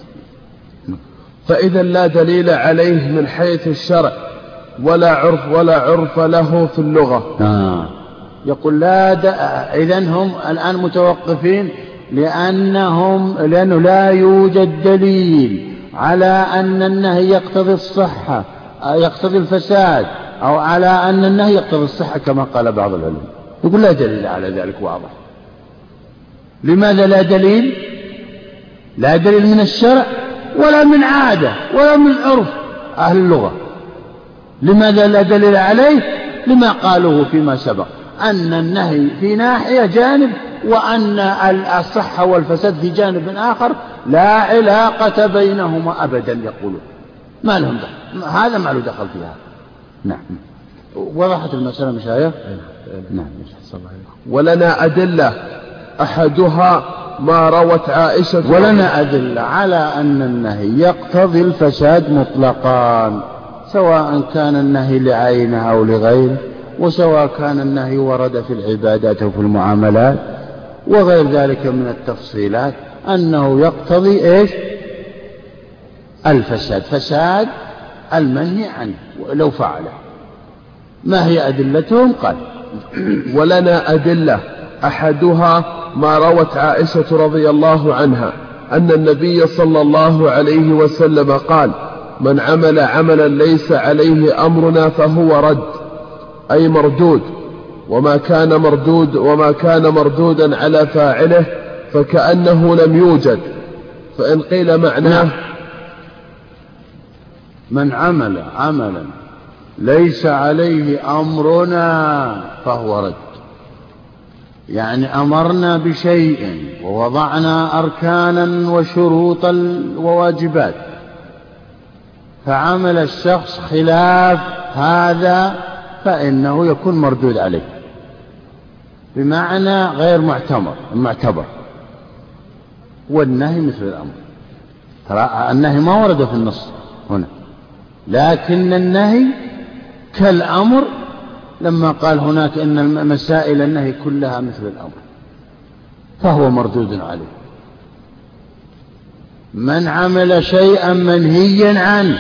فإذا لا دليل عليه من حيث الشرع ولا عرف ولا عرف له في اللغة. آه. يقول لا د... إذن هم الآن متوقفين لأنهم لأنه لا يوجد دليل على أن النهي يقتضي الصحة يقتضي الفساد، أو على أن النهي يقتضي الصحة كما قال بعض العلماء. يقول لا دليل على ذلك واضح. لماذا لا دليل؟ لا دليل من الشرع ولا من عادة ولا من عرف أهل اللغة. لماذا لا دليل عليه؟ لما قالوه فيما سبق أن النهي في ناحية جانب، وأن الصحة والفساد في جانب آخر لا علاقة بينهما أبدا. يقولون ما لهم دخل، هذا ما له دخل فيها. نعم. وضحت المسألة مشايخ؟ نعم. ولنا أدلة أحدها ما روت عائشة. ولنا أدلة على أن النهي يقتضي الفساد مطلقا، سواء كان النهي لعينه أو لغيره، وسواء كان النهي ورد في العبادات أو في المعاملات وغير ذلك من التفصيلات، أنه يقتضي إيش؟ الفساد، فساد المنهي عنه لو فعله. ما هي أدلتهم؟ قال ولنا أدلة أحدها ما روت عائشة رضي الله عنها أن النبي صلى الله عليه وسلم قال: من عمل عملا ليس عليه أمرنا فهو رد، أي مردود، وما كان مردود وما كان مردودا على فاعله فكأنه لم يوجد. فإن قيل معناه من عمل عملا ليس عليه أمرنا فهو رد، يعني أمرنا بشيء ووضعنا أركانا وشروطا وواجبات، فعمل الشخص خلاف هذا فإنه يكون مردود عليه، بمعنى غير معتبر معتبر. والنهي مثل الأمر، ترى النهي ما ورد في النص هنا، لكن النهي كالأمر لما قال هناك إن مسائل النهي كلها مثل الأمر، فهو مردود عليه. من عمل شيئا منهيا عنه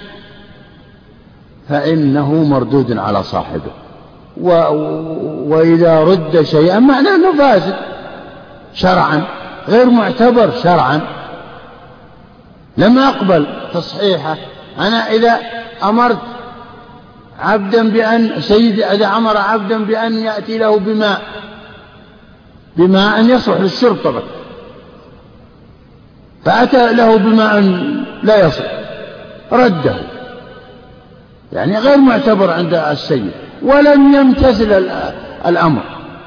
فإنه مردود على صاحبه، و... وإذا رد شيئا معناه أنه فاسد شرعا، غير معتبر شرعا، لم أقبل تصحيحه. أنا إذا أمرت عبدا بأن سيد إذا أمر عبدا بأن يأتي له بماء بماء يصلح للشرب طبعا، فأتى له بماء لا يصلح رده، يعني غير معتبر عند السيد، ولم يمتثل الأمر،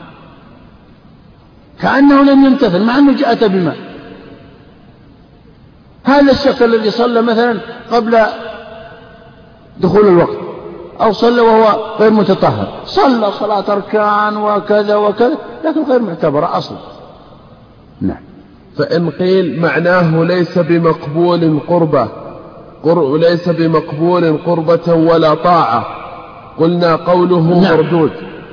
كأنه لم يمتثل مع أنه جاءت بماء. هذا الشخص الذي صلى مثلا قبل دخول الوقت أو صلى وهو غير متطهر، صلى صلاة أركان وكذا وكذا لكن غير معتبر أصلا. نعم. فإن قيل معناه ليس بمقبول قربة قر... ليس بمقبول قربة ولا طاعة، قلنا قوله نعم. مردود.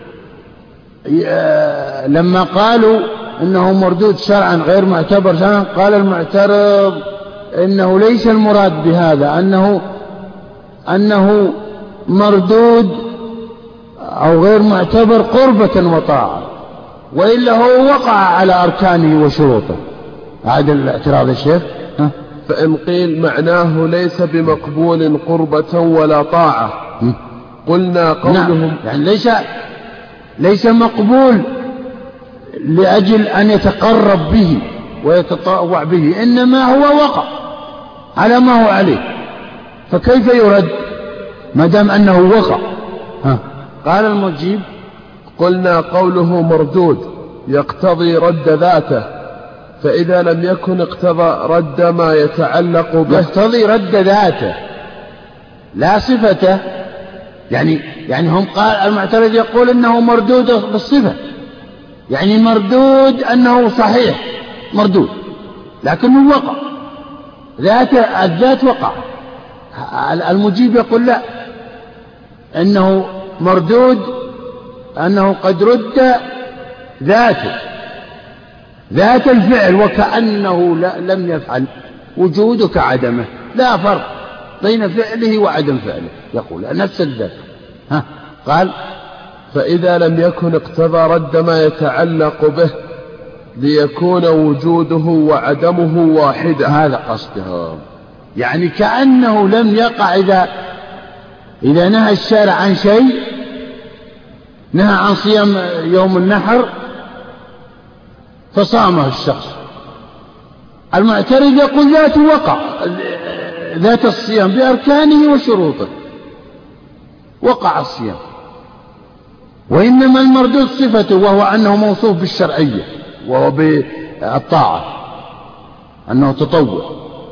لما قالوا إنه مردود شرعا غير معتبر شرعا، قال المعترض إنه ليس المراد بهذا أنه أنه مردود أو غير معتبر قربة وطاعة، وإلا هو وقع على أركانه وشروطه. هذا الاعتراض الشيخ. ها؟ فإن قيل معناه ليس بمقبول قربة ولا طاعة، قلنا قولهم نعم. يعني ليس ليس مقبول لأجل أن يتقرب به ويتطوع به، إنما هو وقع على ما هو عليه، فكيف يرد ما دام أنه وقع؟ ها. قال المجيب: قلنا قوله مردود يقتضي رد ذاته، فإذا لم يكن اقتضى رد ما يتعلق به. يقتضي رد ذاته لا صفته، يعني يعني هم قال المعترض يقول إنه مردود بالصفة، يعني مردود أنه صحيح مردود لكنه وقع، ذات الذات وقع. المجيب يقول لا، أنه مردود أنه قد رد ذاته، ذات الفعل، وكأنه لم يفعل، وجوده كعدمه، لا فرق بين فعله وعدم فعله، يقول نفس الذات. ها قال فإذا لم يكن اقتضى رد ما يتعلق به ليكون وجوده وعدمه واحدا. هذا قصده، يعني كأنه لم يقع. إذا إذا نهى الشارع عن شيء، نهى عن صيام يوم النحر فصامه الشخص، المعترض يقول ذاته وقع، ذات الصيام بأركانه وشروطه وقع الصيام، وإنما المردود صفته، وهو أنه موصوف بالشرعية وهو بالطاعة، أنه تطوع.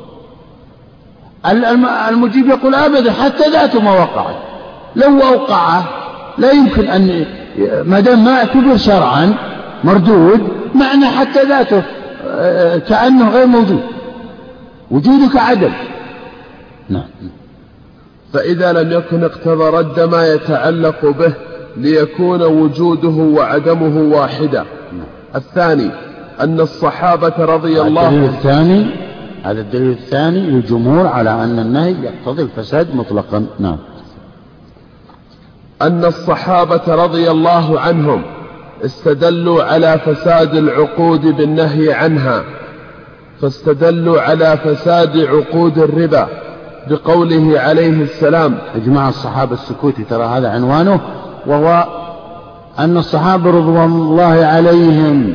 المجيب يقول أبدا، حتى ذاته ما وقعت، لو أوقعه لا يمكن أن، ما دام ما اعتبر شرعا مردود، معنى حتى ذاته كأنه غير موجود، وجوده كعدم. نعم. فإذا لم يكن اقتضى رد ما يتعلق به ليكون وجوده وعدمه واحدا. نعم. الثاني أن الصحابة رضي الله عنهم، الثاني هذا الدليل الثاني للجمهور على أن النهي يقتضي الفساد مطلقا. نعم. أن الصحابة رضي الله عنهم استدلوا على فساد العقود بالنهي عنها، فاستدلوا على فساد عقود الربا بقوله عليه السلام. إجماع الصحابة السكوتي، ترى هذا عنوانه، وهو أن الصحابة رضوان الله عليهم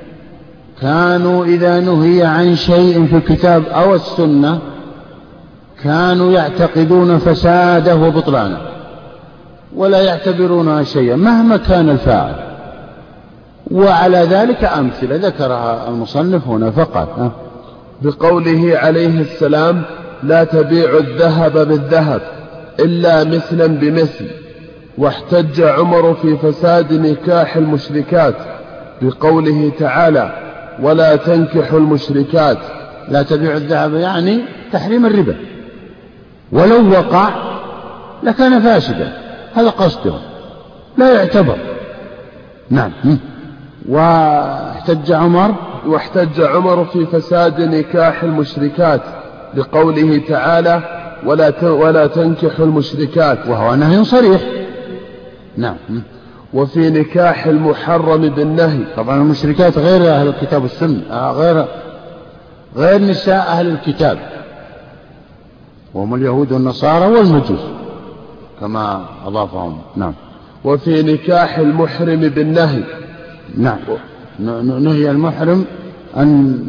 كانوا إذا نهي عن شيء في الكتاب أو السنة كانوا يعتقدون فساده وبطلانه، ولا يعتبرونها شيئا مهما كان الفاعل. وعلى ذلك أمثلة ذكرها المصنف هنا فقط. بقوله عليه السلام: لا تبيع الذهب بالذهب إلا مثلا بمثل. واحتج عمر في فساد نكاح المشركات بقوله تعالى: ولا تنكحوا المشركات. لا تبيع الذهب يعني تحريم الربا، ولو وقع لكان فاسدا، هذا قصده، لا يعتبر. نعم. واحتج عمر واحتج عمر في فساد نكاح المشركات بقوله تعالى: ولا ولا تنكحوا المشركات، وهو نهي صريح. نعم. وفي نكاح المحرم بالنهي. طبعا المشركات غير أهل الكتاب والسنة، غير غير نساء أهل الكتاب، وهم اليهود والنصارى والمجوس كما أضافهم. نعم. وفي نكاح المحرم بالنهي. نعم. نهي المحرم أن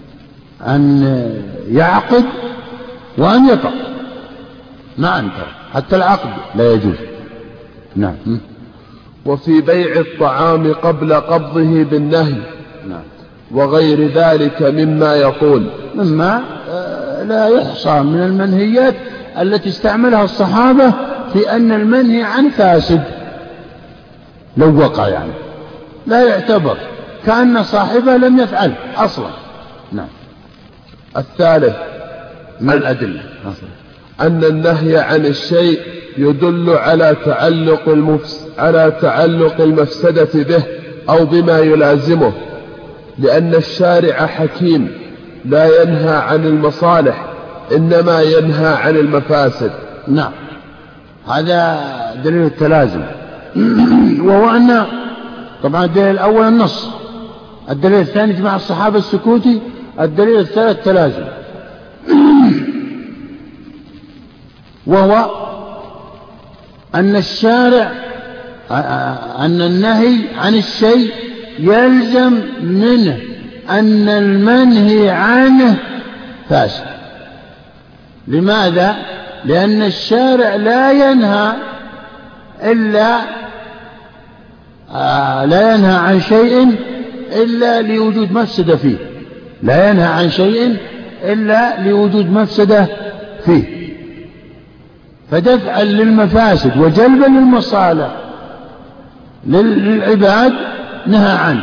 أن يعقد وأن يقع معا، حتى العقد لا يجوز. نعم. وفي بيع الطعام قبل قبضه بالنهي. نعم. وغير ذلك مما يقول مما لا يحصى من المنهيات التي استعملها الصحابة في أن المنهي عن فاسد لو وقع، يعني لا يعتبر، كأن صاحبه لم يفعل أصلا. نعم. الثالث من الأدلة أن النهي عن الشيء يدل على تعلق المفس على تعلق المفسدة به أو بما يلازمه، لأن الشارع حكيم لا ينهى عن المصالح إنما ينهى عن المفاسد. نعم. هذا دليل التلازم، وهو أن طبعا الدليل الأول النص، الدليل الثاني اجماع الصحابة السكوتي، الدليل الثالث التلازم، وهو أن الشارع أن النهي عن الشيء يلزم منه أن المنهي عنه فاسد. لماذا؟ لأن الشارع لا ينهى إلا آه لا ينهى عن شيء إلا لوجود مفسدة فيه، لا ينهى عن شيء إلا لوجود مفسدة فيه. فدفعا للمفاسد وجلبا للمصالح للعباد نهى عنه.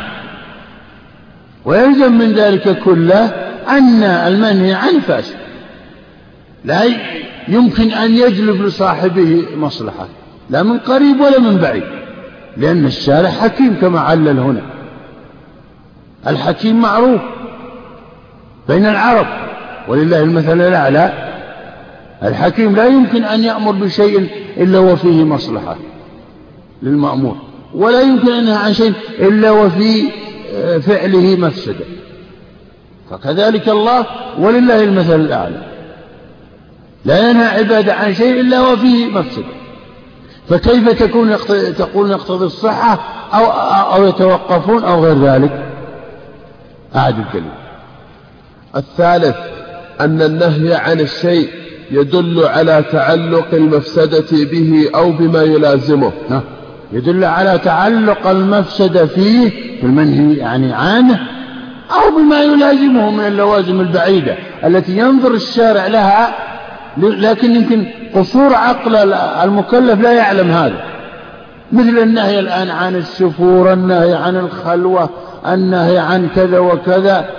ويلزم من ذلك كله أن المنهي عنه فاسد، لا يمكن أن يجلب لصاحبه مصلحة لا من قريب ولا من بعيد، لأن الشارع حكيم كما علل هنا. الحكيم معروف بين العرب ولله المثل الأعلى. الحكيم لا يمكن أن يأمر بشيء إلا وفيه مصلحة للمأمور، ولا يمكن أن ينهى عن شيء إلا وفي فعله مفسدة. فكذلك الله ولله المثل الأعلى، لا ينهى عبادة عن شيء إلا وفيه مفسدة. فكيف تكون تقول يقتضي الصحة أو, أو يتوقفون أو غير ذلك؟ أعد الكلمة. الثالث أن النهي عن الشيء يدل على تعلق المفسدة به أو بما يلازمه. يدل على تعلق المفسدة فيه في المنهي يعني عنه أو بما يلازمه من اللوازم البعيدة التي ينظر الشارع لها، لكن يمكن قصور عقل المكلف لا يعلم هذا، مثل النهي الآن عن السفور، النهي عن الخلوة، النهي عن كذا وكذا.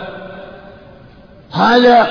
هذا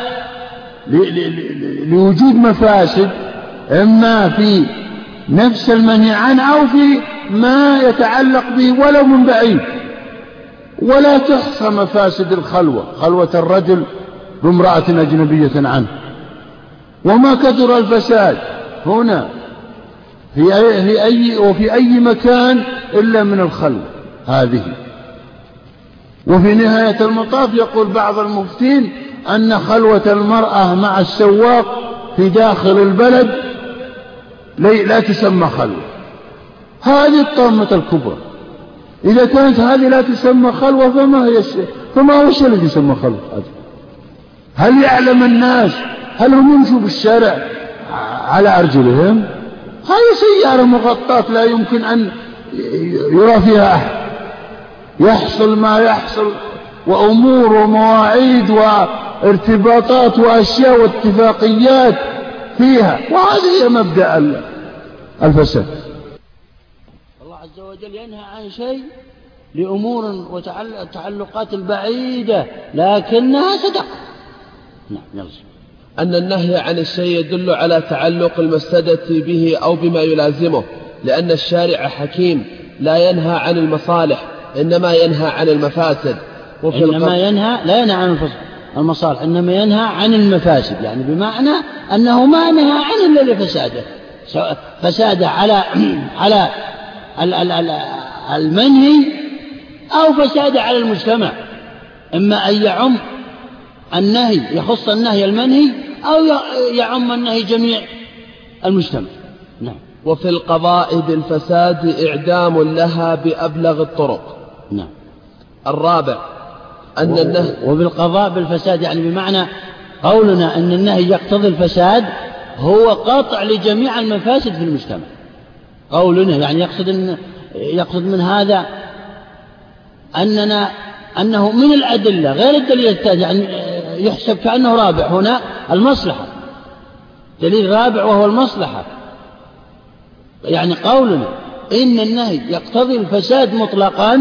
لوجود مفاسد إما في نفس المنهي عنه أو في ما يتعلق به ولو من بعيد. ولا تحصى مفاسد الخلوة، خلوة الرجل بامرأة أجنبية عنه، وما كثر الفساد هنا في أي, في أي وفي أي مكان إلا من الخلوة هذه. وفي نهاية المطاف يقول بعض المفتين أن خلوة المرأة مع السواق في داخل البلد لا تسمى خلوة. هذه الطامة الكبرى. إذا كانت هذه لا تسمى خلوة فما هي الشيء فما هو الشيء الذي يسمى خلوة؟ هل يعلم الناس هل هم يمشوا بالشارع على أرجلهم؟ هذه سيارة مغطاة لا يمكن أن يرى فيها أحد، يحصل ما يحصل، وأمور ومواعيد وارتباطات وأشياء واتفاقيات فيها، وهذه هي مبدأ الفساد. الله عز وجل ينهى عن شيء لأمور وتعلقات بعيدة لكنها صدق. نعم يلزم أن النهي عن الشيء يدل على تعلق المفسدة به أو بما يلازمه، لأن الشارع حكيم لا ينهى عن المصالح إنما ينهى عن المفاسد. وفي إنما ينهى لا ينهى عن المصالح إنما ينهى عن المفاسد، يعني بمعنى أنه ما نهى عن إلا لفساده، فساده على على المنهي أو فساده على المجتمع، إما أن يعم النهي يخص النهي المنهي أو يعم النهي جميع المجتمع. نعم. وفي القضاء بالفساد إعدام لها بأبلغ الطرق. نعم. الرابع أن النهي وبالقضاء بالفساد يعني بمعنى قولنا أن النهي يقتضي الفساد هو قاطع لجميع المفاسد في المجتمع. قولنا يعني يقصد إن يقصد من هذا أننا أنه من الأدلة غير الدليل الثالث، يعني يحسب كأنه رابع هنا المصلحة، دليل رابع وهو المصلحة. يعني قولنا إن النهي يقتضي الفساد مطلقا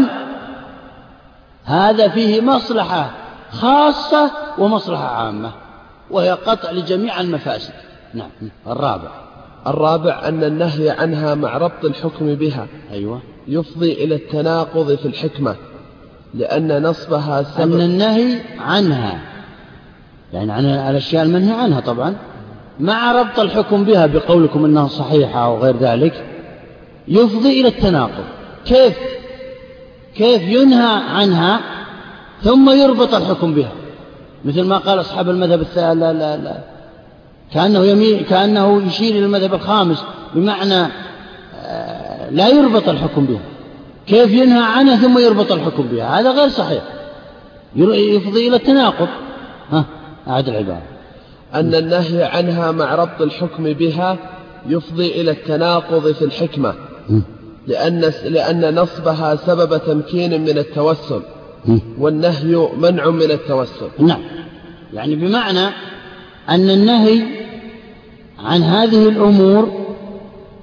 هذا فيه مصلحة خاصة ومصلحة عامة وهي قطع لجميع المفاسد. نعم. الرابع الرابع أن النهي عنها مع ربط الحكم بها أيوة يفضي إلى التناقض في الحكمة، لأن نصبها سبب. أن النهي عنها يعني عن الأشياء المنهي عنها طبعا مع ربط الحكم بها بقولكم إنها صحيحة أو غير ذلك يفضي إلى التناقض. كيف كيف ينهى عنها ثم يربط الحكم بها، مثل ما قال أصحاب المذهب الثالث لا لا لا كأنه يميل كأنه يشير إلى المذهب الخامس بمعنى لا يربط الحكم بها. كيف ينهى عنها ثم يربط الحكم بها؟ هذا غير صحيح، يفضي إلى التناقض. ها أعد العبارة. أن النهي عنها مع ربط الحكم بها يفضي إلى التناقض في الحكمة، لأن لأن نصبها سبب تمكين من التوسل والنهي منع من التوسل. نعم. يعني بمعنى أن النهي عن هذه الأمور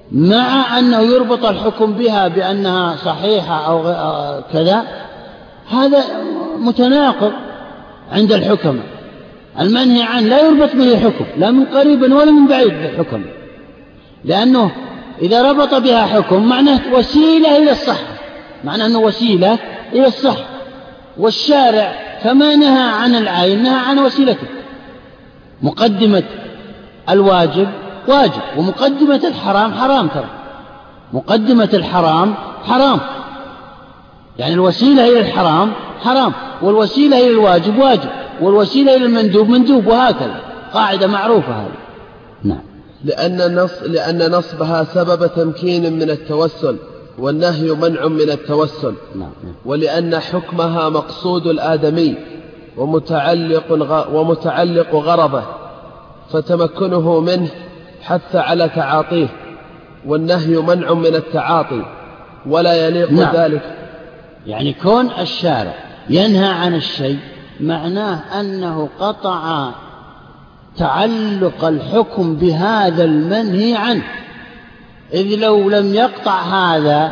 مع أنه يربط الحكم بها بأنها صحيحة أو كذا، هذا متناقض عند الحكم. المنهي عنه لا يربط به حكم لا من قريب ولا من بعيد بالحكم، لأنه إذا ربط بها حكم معناه وسيلة إلى الصحة، معناه أنه وسيلة إلى الصحة، والشارع كما نهى عن العين نهى عن وسيلته. مقدمة الواجب واجب، ومقدمة الحرام حرام، ترى مقدمة الحرام حرام، يعني الوسيلة إلى الحرام حرام، والوسيلة إلى الواجب واجب، والوسيلة إلى المندوب مندوب، وهكذا قاعدة معروفة هذه. نعم. لأن, نص لأن نصبها سبب تمكين من التوسل، والنهي منع من التوسل. نعم. ولأن حكمها مقصود الآدمي ومتعلق, ومتعلق غرضه، فتمكنه منه حث على تعاطيه، والنهي منع من التعاطي ولا يليق نعم. ذلك. يعني كون الشارع ينهى عن الشيء معناه أنه قطع تعلق الحكم بهذا المنهي عنه، إذ لو لم يقطع هذا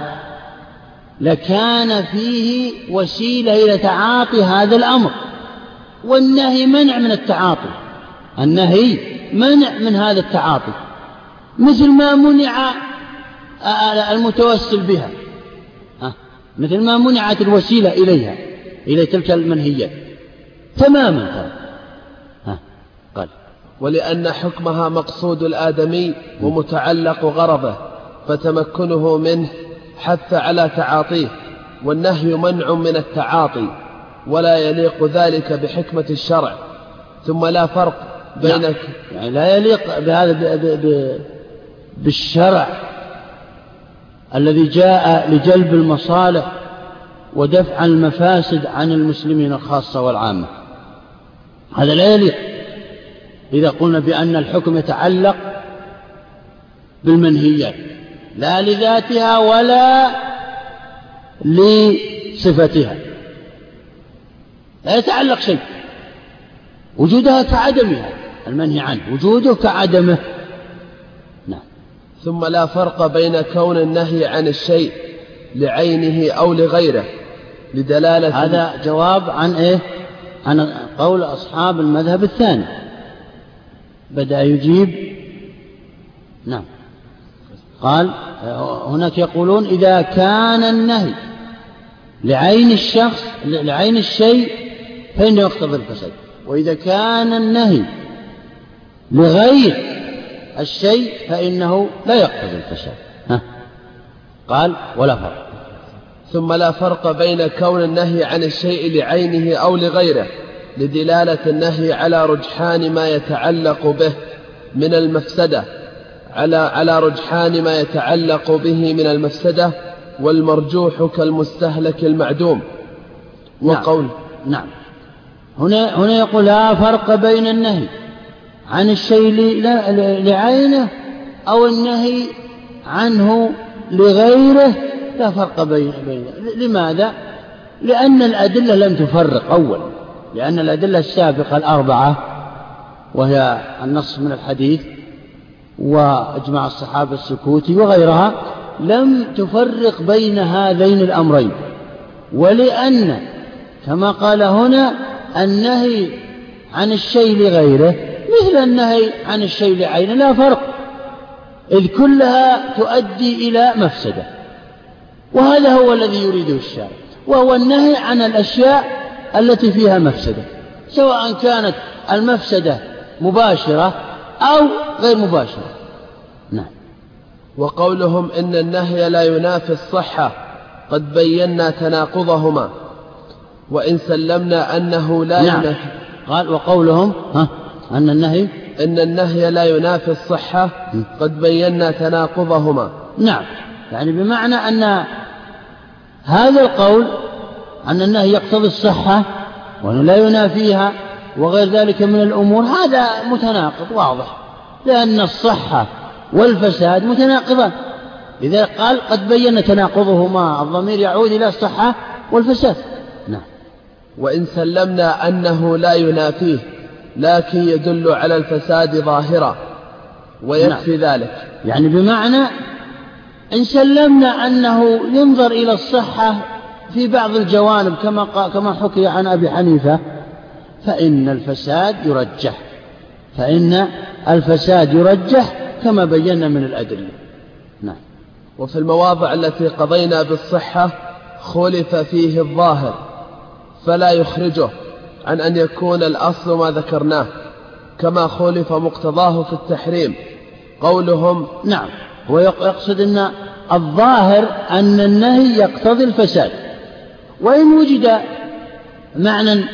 لكان فيه وسيلة إلى تعاطي هذا الأمر، والنهي منع من التعاطي، النهي منع من هذا التعاطي، مثل ما منع المتوسل بها، مثل ما منعت الوسيلة إليها إلى تلك المنهيات تماما. قال ولأن حكمها مقصود الآدمي ومتعلق غرضه، فتمكنه منه حث على تعاطيه، والنهي منع من التعاطي ولا يليق ذلك بحكمة الشرع. ثم لا فرق بينك يعني لا يليق بهذا بالشرع الذي جاء لجلب المصالح ودفع المفاسد عن المسلمين الخاصة والعامة، هذا لا يليق إذا قلنا بأن الحكم يتعلق بالمنهيات لا لذاتها ولا لصفتها، لا يتعلق شيء، وجودها كعدمها، المنهي عنه وجوده كعدمه. نعم. ثم لا فرق بين كون النهي عن الشيء لعينه أو لغيره لدلالة. هذا جواب عن إيه؟ عن قول أصحاب المذهب الثاني، بدأ يجيب. نعم. قال هناك يقولون إذا كان النهي لعين الشخص لعين الشيء فإنه يقتضي الفساد، وإذا كان النهي لغير الشيء فإنه لا يقتضي الفساد. ها؟ قال ولا فرق. ثم لا فرق بين كون النهي عن الشيء لعينه أو لغيره لدلالة النهي على رجحان ما يتعلق به من المفسدة على على رجحان ما يتعلق به من المفسدة والمرجوح كالمستهلك المعدوم. وقول نعم, نعم. هنا هنا يقول لا فرق بين النهي عن الشيء لعينه أو النهي عنه لغيره، لا فرق بين بين لماذا؟ لأن الأدلة لم تفرق أولا، لأن الأدلة السابقة الأربعة وهي النص من الحديث وإجماع الصحابة السكوتي وغيرها لم تفرق بين هذين الأمرين، ولأن كما قال هنا النهي عن الشيء لغيره مثل النهي عن الشيء لعينه لا فرق، إذ كلها تؤدي إلى مفسدة، وهذا هو الذي يريده الشارع، وهو النهي عن الأشياء التي فيها مفسدة، سواء كانت المفسدة مباشرة أو غير مباشرة. نعم. وقولهم إن النهي لا ينافي الصحة قد بينا تناقضهما، وإن سلمنا أنه لا نعم. ينافي. قال وقولهم ها أن النهي إن النهي لا ينافي الصحة قد بينا تناقضهما. نعم، يعني بمعنى أن هذا القول أن النهي يقتضي الصحة وأنه لا ينافيها وغير ذلك من الأمور هذا متناقض واضح، لأن الصحة والفساد متناقضان. إذا قال قد بين تناقضهما الضمير يعود إلى الصحة والفساد. نعم. وإن سلمنا أنه لا ينافيه لكن يدل على الفساد ظاهرا ويكفي. نعم. ذلك يعني بمعنى إن سلمنا أنه ينظر إلى الصحة في بعض الجوانب كما كما حكي عن أبي حنيفة، فإن الفساد يرجح فإن الفساد يرجح كما بينا من الأدلة. نعم. وفي المواضع التي قضينا بالصحة خلف فيه الظاهر فلا يخرجه عن أن يكون الأصل ما ذكرناه، كما خلف مقتضاه في التحريم قولهم. نعم، هو يقصد أن الظاهر أن النهي يقتضي الفساد، وإن وجد معنى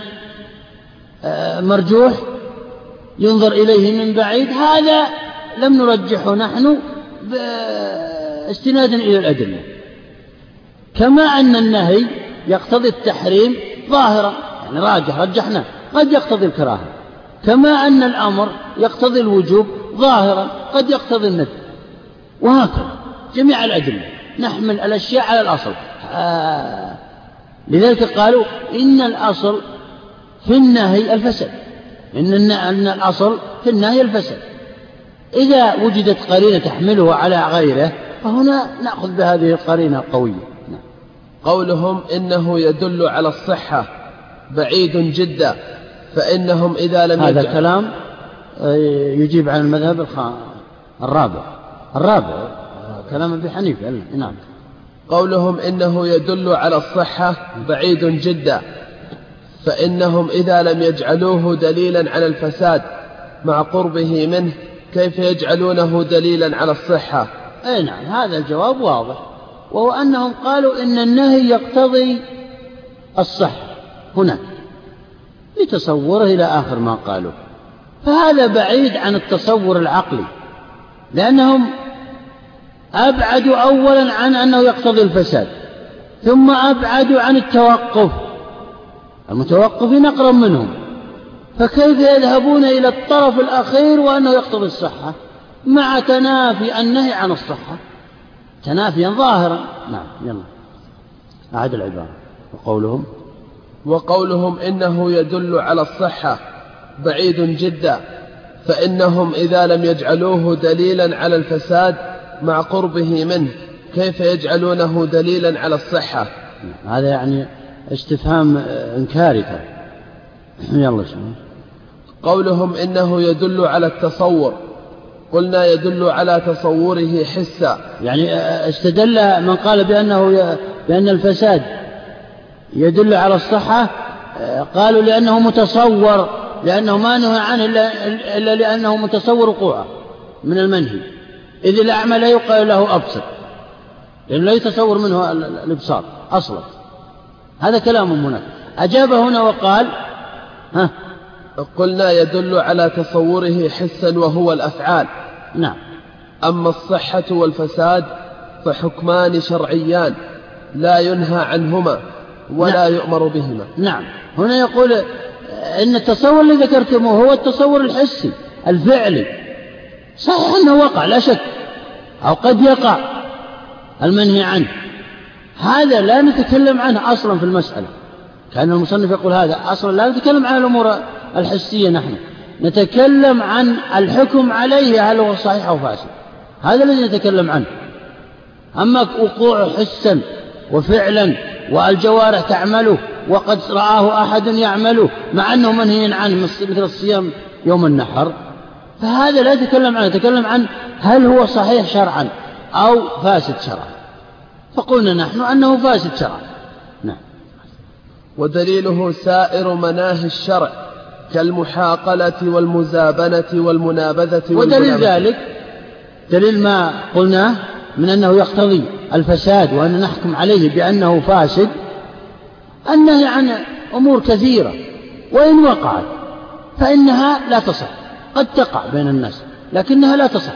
مرجوح ينظر إليه من بعيد هذا لم نرجحه نحن استنادا إلى الأدلة، كما أن النهي يقتضي التحريم ظاهرا، يعني راجح رجحنا قد يقتضي الكراهة، كما أن الأمر يقتضي الوجوب ظاهرا قد يقتضي الندب، وهكذا جميع الأدلة نحمل الأشياء على الأصل. آه لذلك قالوا إن الأصل في النهي الفساد، إن الأصل في النهي الفساد. إذا وجدت قرينة تحمله على غيره فهنا نأخذ بهذه القرينة القوية. نعم. قولهم إنه يدل على الصحة بعيد جدا، فإنهم إذا لم هذا يجعل كلام يجيب عن المذهب الرابع الرابع كلام أبي حنيفة. نعم. قولهم إنه يدل على الصحة بعيد جدا، فإنهم إذا لم يجعلوه دليلا على الفساد مع قربه منه كيف يجعلونه دليلا على الصحة؟ أي نعم، هذا الجواب واضح، وهو أنهم قالوا إن النهي يقتضي الصحة هناك لتصوره إلى آخر ما قالوا، فهذا بعيد عن التصور العقلي، لأنهم أبعدوا أولا عن أنه يقتضي الفساد، ثم أبعدوا عن التوقف، المتوقفين أقرب منهم، فكيف يذهبون إلى الطرف الأخير وأنه يقتضي الصحة مع تنافي النهي عن الصحة تنافيا ظاهرا. نعم. يلا أعد العبارة. وقولهم وقولهم إنه يدل على الصحة بعيد جدا، فإنهم إذا لم يجعلوه دليلا على الفساد مع قربه منه كيف يجعلونه دليلا على الصحة؟ هذا يعني استفهام إنكاري. يلا شو. قولهم إنه يدل على التصور، قلنا يدل على تصوره حسا، يعني استدل من قال بأنه ي... بأن الفساد يدل على الصحة قالوا لأنه متصور، لأنه ما نهى عنه إلا, إلا لأنه متصور وقوعه من المنهي، إذ الأعمى لا يقال له أبصر لأنه لا يتصور منه الإبصار أصلا. هذا كلام منافق. أجاب هنا وقال ها قلنا يدل على تصوره حسا وهو الأفعال. نعم. أما الصحة والفساد فحكمان شرعيان لا ينهى عنهما ولا نعم. يؤمر بهما. نعم. هنا يقول إن التصور الذي ذكرتموه هو التصور الحسي الفعلي، صحيح أنه وقع لا شك، أو قد يقع المنهي عنه، هذا لا نتكلم عنه أصلا في المسألة، كان المصنف يقول هذا أصلا لا نتكلم عن الأمور الحسية، نحن نتكلم عن الحكم عليه هل هو صحيح أو فاسد، هذا الذي نتكلم عنه. أما وقوعه حسا وفعلا والجوارح تعمله وقد رآه أحد يعمله مع أنه منهي عنه مثل الصيام يوم النحر، فهذا لا يتكلم عنه، يتكلم عن هل هو صحيح شرعا أو فاسد شرعا، فقلنا نحن أنه فاسد شرعا. نعم. ودليله سائر مناهي الشرع كالمحاقلة والمزابنة والمنابذة. ودليل ذلك دليل ما قلناه من أنه يقتضي الفساد وأن نحكم عليه بأنه فاسد النهي عن أمور كثيرة، وإن وقعت فإنها لا تصح، قد تقع بين الناس لكنها لا تصح،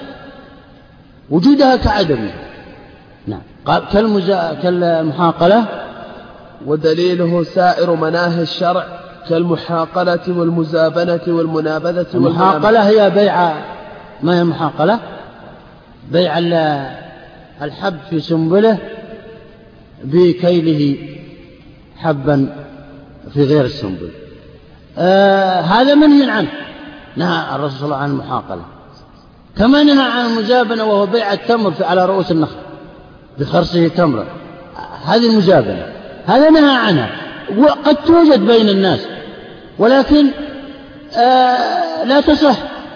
وجودها كعدمها. نعم. كالمزا... كالمحاقلة. ودليله سائر مناهي الشرع كالمحاقلة والمزابنة والمنابذة. المحاقلة هي بيع، ما هي المحاقلة؟ بيع الحب في سنبله بكيله حبا في غير السنبل. آه هذا منهي عنه، نهى الرسول صلى الله عليه وسلم عن المحاقلة، كما نهى عن المزابنة وهو بيع التمر على رؤوس النخل، بخرصه تمرا، هذه المزابنة، هذا نهى عنها، وقد توجد بين الناس ولكن آه لا تصح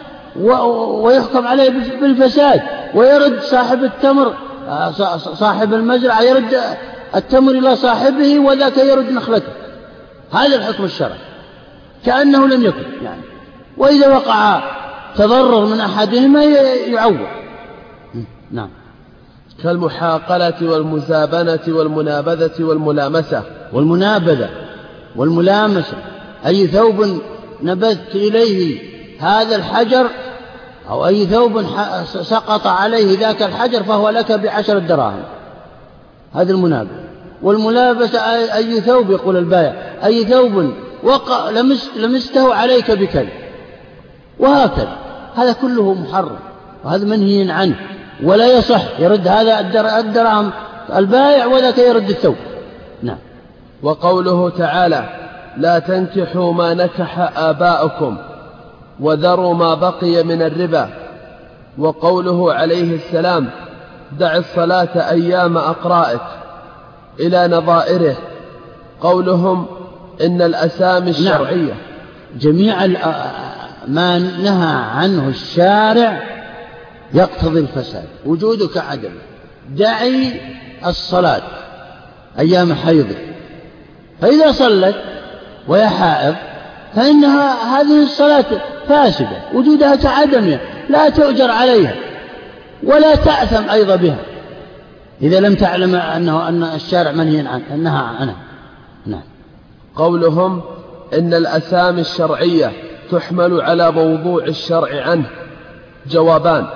ويحكم عليه بالفساد، ويرد صاحب التمر صاحب المزرعة يرد التمر إلى صاحبه وذاك يرد نخلته. هذا الحكم الشرعي كأنه لم يكن يعني. وإذا وقع تضرر من أحدهما يعوض. نعم. كالمحاقلة والمزابنة والمنابذة والملامسة. والمنابذة والملامسة أي ثوب نبذت إليه هذا الحجر أو أي ثوب سقط عليه ذاك الحجر فهو لك بعشر دراهم، هذا المنابذة. والملابسة أي ثوب يقول البائع أي ثوب وقع لمسته عليك بكلب، وهكذا. هذا كله محرم وهذا منهي عنه، ولا يصح يرد هذا الدراهم البائع وذاك يرد الثوب. نعم. وقوله تعالى لا تنكحوا ما نكح آباؤكم وذروا ما بقي من الربا. وقوله عليه السلام دع الصلاة أيام أقرائك إلى نظائره. قولهم إن الأسامي الشرعية. نعم. جميع ما نهى عنه الشارع يقتضي الفساد، وجودك عدم. دعي الصلاة أيام حيضك، فإذا صلت وهي حائض فإنها هذه الصلاة فاسدة، وجودها كعدمها، لا تؤجر عليها ولا تأثم أيضا بها إذا لم تعلم أنه أن الشارع منهي عنه نهى عنها. نعم. قولهم إن الأسامي الشرعية تحمل على موضوع الشرع عنه. جوابان.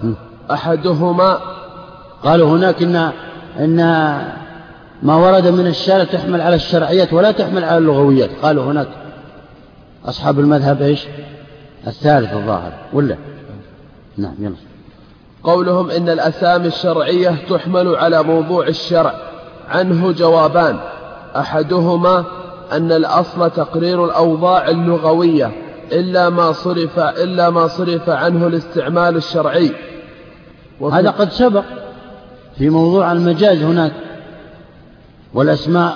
أحدهما قالوا هناك إن, إن ما ورد من الشارع تحمل على الشرعيات ولا تحمل على اللغويات. قالوا هناك أصحاب المذهب إيش الثالث الظاهر ولا. نعم. يلا. قولهم إن الأسامي الشرعية تحمل على موضوع الشرع عنه. جوابان. أحدهما أن الأصل تقرير الأوضاع اللغوية إلا ما صرف إلا ما صرف عنه الاستعمال الشرعي. هذا قد سبق في موضوع المجاز هناك، والأسماء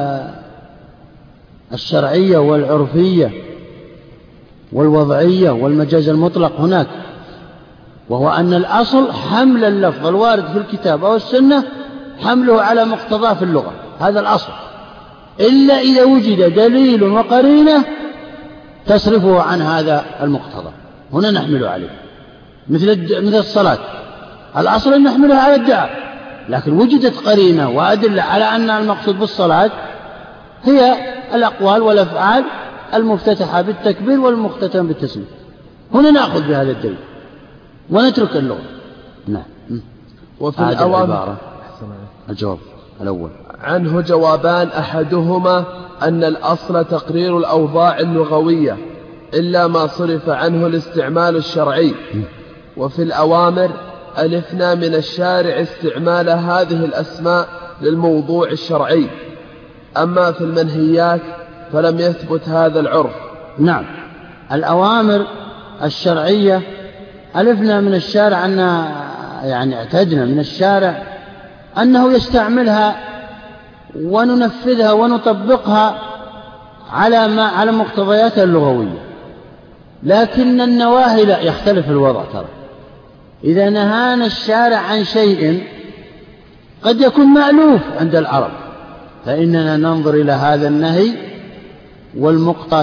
الشرعية والعرفية والوضعية والمجاز المطلق هناك، وهو أن الأصل حمل اللفظ الوارد في الكتاب أو السنة حمله على مقتضاه في اللغة، هذا الأصل، إلا إذا وجد دليل وقرينة تصرفه عن هذا المقتضى، هنا نحمل عليه. مثل مثل الصلاة، الأصل أن نحملها على الدعاء، لكن وجدت قرينة وأدلة على أن المقصود بالصلاة هي الأقوال والأفعال المفتتحة بالتكبير والمختتم بالتسليم، هنا نأخذ بهذا الدليل ونترك اللغة. نعم. وفي الأوامر الجواب الأول عنه جوابان. أحدهما أن الأصل تقرير الأوضاع اللغوية إلا ما صرف عنه الاستعمال الشرعي. وفي الأوامر ألفنا من الشارع استعمال هذه الأسماء للموضوع الشرعي. أما في المنهيات فلم يثبت هذا العرف. نعم. الأوامر الشرعية ألفنا من الشارع أن يعني اعتدنا من الشارع أنه يستعملها وننفذها ونطبقها على ما على مقتضياتها اللغوية، لكن النواهي لا، يختلف الوضع. ترى إذا نهانا الشارع عن شيء قد يكون مألوف عند العرب فإننا ننظر إلى هذا النهي والمقتضى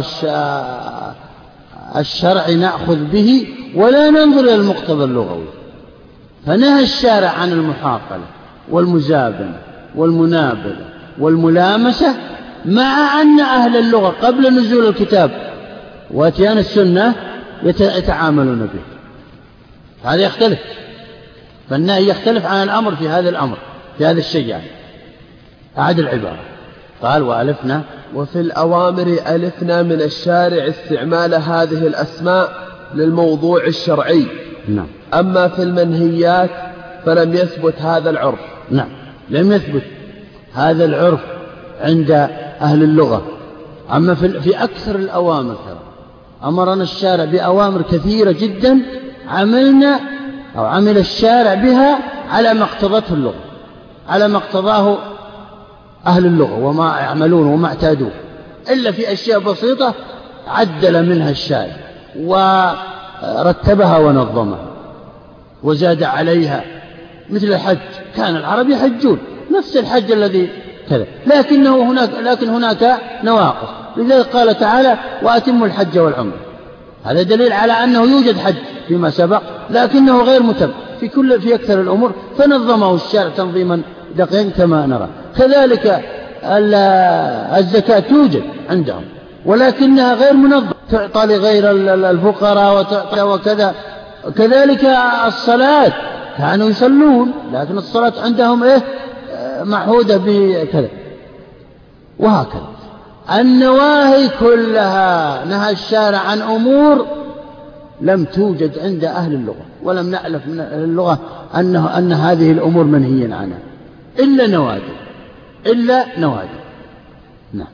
الشرعي نأخذ به ولا ننظر إلى المقتضى اللغوي. فنهى الشارع عن المحاقلة والمزابنة والمنابذة والملامسة، مع أن أهل اللغة قبل نزول الكتاب واتيان السنة يتعاملون به. هذا يختلف، فالنهي يختلف عن الأمر في هذا الأمر في هذا الشيء. يعني أعد العبارة. قال وألفنا وفي الأوامر ألفنا من الشارع استعمال هذه الأسماء للموضوع الشرعي. نعم. أما في المنهيات فلم يثبت هذا العرف. نعم، لم يثبت هذا العرف عند أهل اللغة. أما في, في أكثر الأوامر ترى أمرنا الشارع بأوامر كثيرة جدا عملنا أو عمل الشارع بها على ما اقتضته اللغة، على ما اقتضاه أهل اللغة وما يعملون وما اعتادوه، إلا في أشياء بسيطة عدل منها الشارع ورتبها ونظمها وزاد عليها، مثل الحج، كان العرب يحجون نفس الحج الذي كذا، لكنه هناك لكن هناك نواقص، لذلك قال تعالى وأتموا الحج والعمرة. هذا دليل على أنه يوجد حج فيما سبق لكنه غير متم في كل في أكثر الأمور، فنظمه الشارع تنظيما دقيقا كما نرى. كذلك الزكاة توجد عندهم ولكنها غير منظمة، تعطى لغير الفقراء وكذا. كذلك الصلاة، كانوا يصلون لكن الصلاة عندهم إيه معهودة بكذا، وهكذا. النواهي كلها نهى الشارع عن أمور لم توجد عند أهل اللغة، ولم نألف من أهل اللغة أنه أن هذه الأمور منهيا عنها إلا نوادر، إلا نوادر. نعم.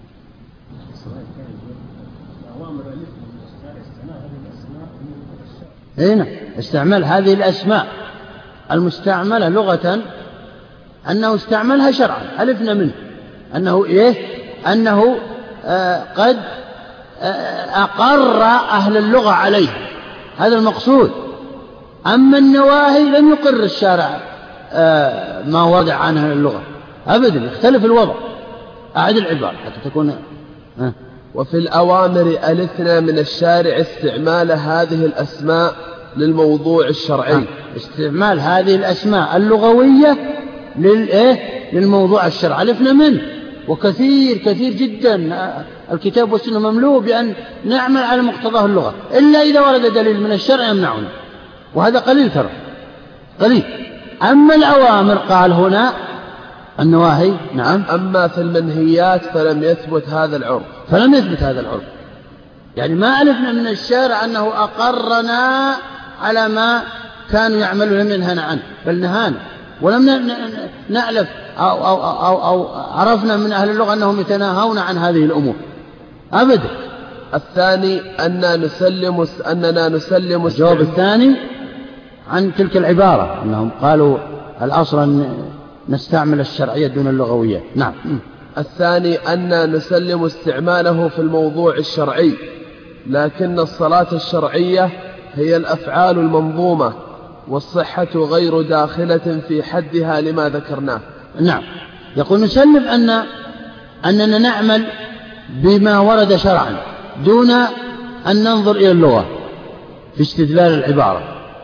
هنا استعمال هذه الأسماء المستعملة لغة أنه استعملها شرعا، ألفنا منه أنه إيه أنه آه قد آه أقر أهل اللغة عليها، هذا المقصود. أما النواهي لم يقر الشارع آه ما ورد عنها اللغة أبدا، يختلف الوضع. أعد العبارة حتى تكون آه. وفي الأوامر ألفنا من الشارع استعمال هذه الأسماء للموضوع الشرعي. آه. استعمال هذه الأسماء اللغوية للإيه للموضوع الشرعي ألفنا منه، وكثير كثير جدا الكتاب والسنة مملوء بأن نعمل على مقتضاه اللغة، إلا إذا ورد دليل من الشرع يمنعنا، وهذا قليل ترى قليل. أما الأوامر قال هنا النواهي. نعم. أما في المنهيات فلم يثبت هذا العرف، فلم يثبت هذا العرف، يعني ما ألفنا من الشارع أنه أقرنا على ما كانوا يعملون منها عنه، بل نهانا، ولم نألف أو, أو, أو, أو عرفنا من أهل اللغة أنهم يتناهون عن هذه الأمور أبدا. الثاني أننا نسلم أننا نسلم الجواب الثاني عن تلك العبارة أنهم قالوا الأصل أن نستعمل الشرعية دون اللغوية. نعم. الثاني أننا نسلم استعماله في الموضوع الشرعي، لكن الصلاة الشرعية هي الأفعال المنظومة، والصحة غير داخلة في حدها لما ذكرناه. نعم. يقول نسلم أن أننا نعمل بما ورد شرعا دون أن ننظر إلى اللغة في استدلال العبارة،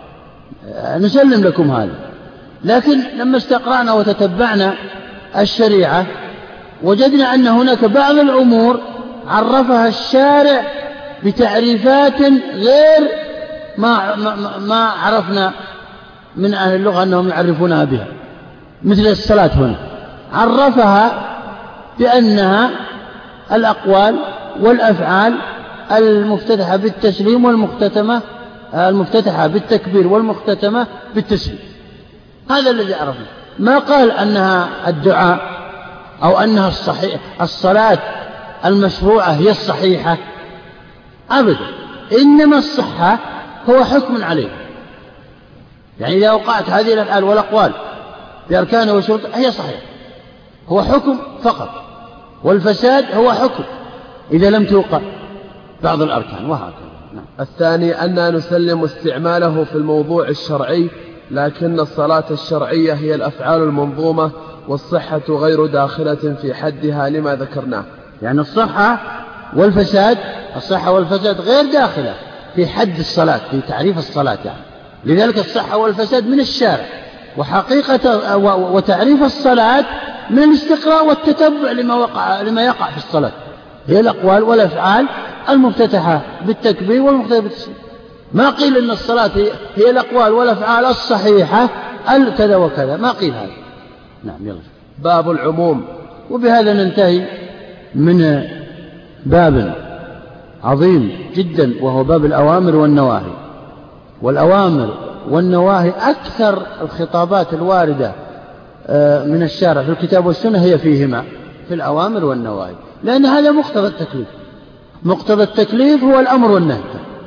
نسلم لكم هذا. لكن لما استقرأنا وتتبعنا الشريعة وجدنا أن هناك بعض الأمور عرفها الشارع بتعريفات غير ما, ما, ما عرفنا من أهل اللغة أنهم يعرفونها بها، مثل الصلاة هنا عرفها بأنها الأقوال والأفعال المفتتحة بالتسليم والمختتمة المفتتحة بالتكبير والمختتمة بالتسليم، هذا الذي عرفنا. ما قال أنها الدعاء أو أنها الصحيح الصلاة المشروعة هي الصحيحة أبدا، إنما الصحة هو حكم عليه، يعني إذا وقعت هذه الأفعال والأقوال بأركانه وشروطه هي صحيحة، هو حكم فقط، والفساد هو حكم إذا لم توقع بعض الأركان، وهكذا. نعم. الثاني أننا نسلم استعماله في الموضوع الشرعي، لكن الصلاة الشرعية هي الأفعال المنظومة، والصحة غير داخلة في حدها لما ذكرناه. يعني الصحة والفساد الصحة والفساد غير داخلة في حد الصلاة، في تعريف الصلاة يعني. لذلك الصحة والفساد من الشارع، وحقيقة وتعريف الصلاة من الاستقراء والتتبع لما وقع لما يقع في الصلاة، هي الأقوال والأفعال المفتتحة بالتكبير والمختتمة بالتسليم. ما قيل إن الصلاة هي الأقوال والأفعال الصحيحة الكذا وكذا، ما قيل هذا. نعم. يلا. باب العموم. وبهذا ننتهي من باب عظيم جدا وهو باب الأوامر والنواهي. والأوامر والنواهي أكثر الخطابات الواردة من الشارع في الكتاب والسنة هي فيهما، في الأوامر والنواهي، لأن هذا مقتضى التكليف. مقتضى التكليف هو الأمر والنهي،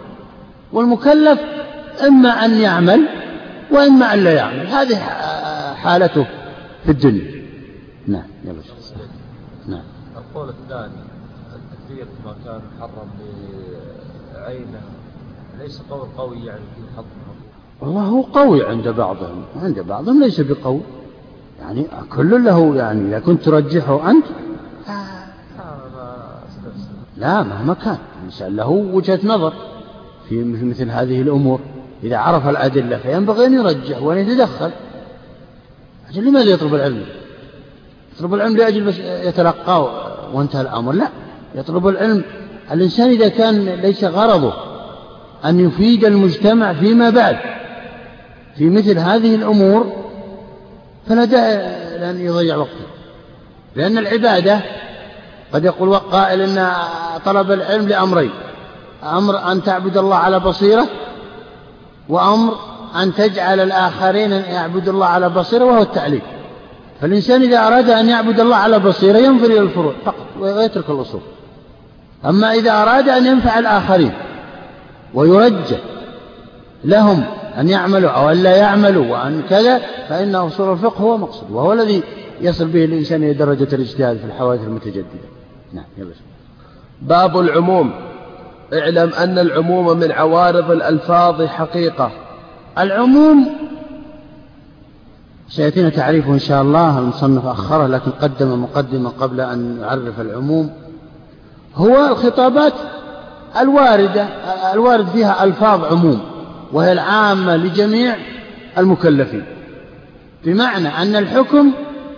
والمكلف إما أن يعمل وإما أن لا يعمل، هذه حالته في الدنيا. نعم يلا. نعم. القول الثاني التكفير ما كان محرم بعينه ليس قول قوي يعني في حظ. والله هو قوي عند بعضهم، عند بعضهم ليس بقوي، يعني كل له، يعني إذا كنت ترجحه أنت لا مهما كان الإنسان له وجهة نظر في مثل هذه الأمور، إذا عرف الأدلة فينبغي أن يرجح وأن يتدخل. أجل لماذا يطلب العلم؟ يطلب العلم لأجل بس يتلقاه وانتهى الأمر؟ لا، يطلب العلم الإنسان إذا كان ليس غرضه أن يفيد المجتمع فيما بعد في مثل هذه الأمور فلا داعي لأن يضيع وقته، لأن العبادة قد يقول قائل إن طلب العلم لأمرين: أمر أن تعبد الله على بصيرة، وأمر أن تجعل الآخرين أن يعبدوا الله على بصيرة، وهو التعليم. فالإنسان إذا أراد أن يعبد الله على بصيرة ينظر إلى الفروع فقط ويترك الأصول. أما إذا أراد أن ينفع الآخرين ويرجى لهم أن يعملوا أو أن لا يعملوا وأن كذا، فإن أصول الفقه هو مقصد، وهو الذي يصل به الإنسان إلى درجة الاجتهاد في الحوادث المتجددة. نعم يلا. باب العموم. اعلم أن العموم من عوارض الألفاظ حقيقة. العموم سيأتينا تعريفه إن شاء الله، المصنف أخره لكن قدم مقدمة قبل أن يعرف العموم. هو الخطابات الواردة الوارد فيها ألفاظ عموم، وهي العامة لجميع المكلفين، بمعنى أن الحكم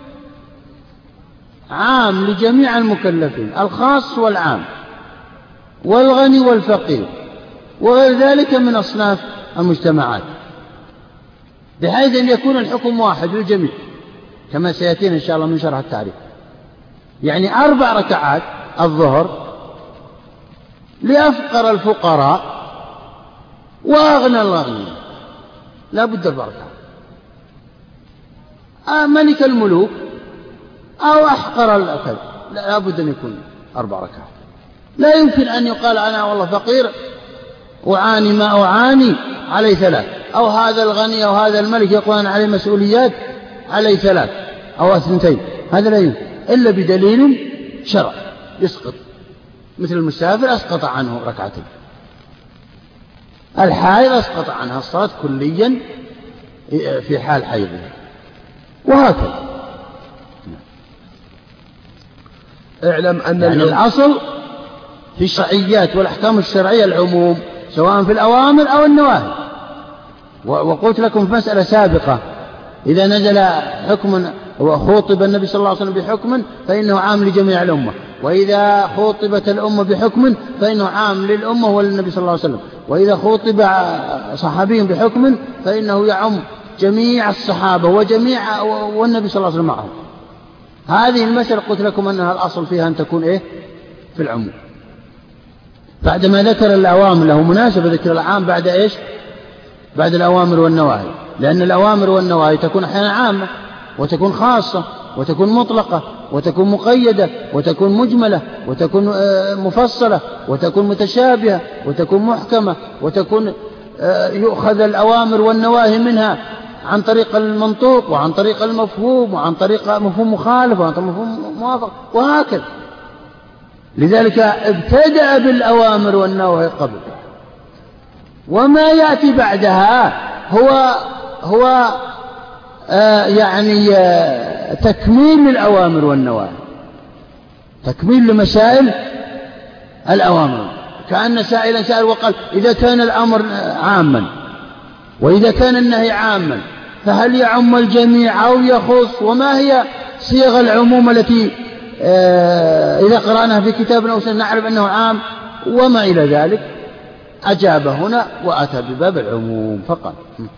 عام لجميع المكلفين، الخاص والعام والغني والفقير وغير ذلك من أصناف المجتمعات، بحيث أن يكون الحكم واحد للجميع كما سيأتينا إن شاء الله من شرح التعريف. يعني أربع ركعات الظهر لأفقر الفقراء وأغنى الأغنياء، لا بد أربع ركعات. آه ملك الملوك أو أحقر الأكل لا بد أن يكون أربع ركعات. لا يمكن أن يقال أنا والله فقير أعاني ما أعاني علي ثلاث، أو هذا الغني أو هذا الملك يقول أنا عليه مسؤوليات علي ثلاث أو اثنتين، هذا لا يمكن إلا بدليل شرع يسقط. مثل المسافر أسقط عنه ركعتين، الحائض أسقط عنها الصلاة كليا في حال حيضها، وهكذا. اعلم أن يعني الأصل في الشرعيات والأحكام الشرعية العموم، سواء في الأوامر أو النواهي. وقلت لكم في مسألة سابقة: إذا نزل حكم وخوطب النبي صلى الله عليه وسلم بحكم فإنه عام لجميع الأمة، وإذا خوطبت الأمة بحكم فإنه عام للأمة وللنبي صلى الله عليه وسلم، وإذا خوطب صحابي بحكم فإنه يعم جميع الصحابة وجميع والنبي صلى الله عليه وسلم معهم. هذه المسألة قلت لكم أنها الأصل فيها أن تكون إيه؟ في العموم. بعدما ذكر الأوامر له مناسبة ذكر العام بعد إيش؟ بعد الأوامر والنواهي، لأن الأوامر والنواهي تكون أحيانا عامة وتكون خاصة وتكون مطلقة وتكون مقيدة وتكون مجملة وتكون مفصلة وتكون متشابهة وتكون محكمة وتكون يؤخذ الأوامر والنواهي منها عن طريق المنطوق وعن طريق المفهوم وعن طريق مفهوم مخالف وعن طريق مفهوم موافق وهكذا. لذلك ابتدأ بالأوامر والنواهي قبل، وما يأتي بعدها هو هو آه يعني آه تكميل للأوامر والنواهي، تكميل لمسائل الأوامر. كأن سائلا سأل وقال: إذا كان الأمر عاما وإذا كان النهي عاما فهل يعم الجميع أو يخص؟ وما هي صيغ العموم التي آه إذا قرأناها في كتاب أو سنة نعرف أنه عام وما إلى ذلك؟ أجاب هنا وأتى بباب العموم فقط.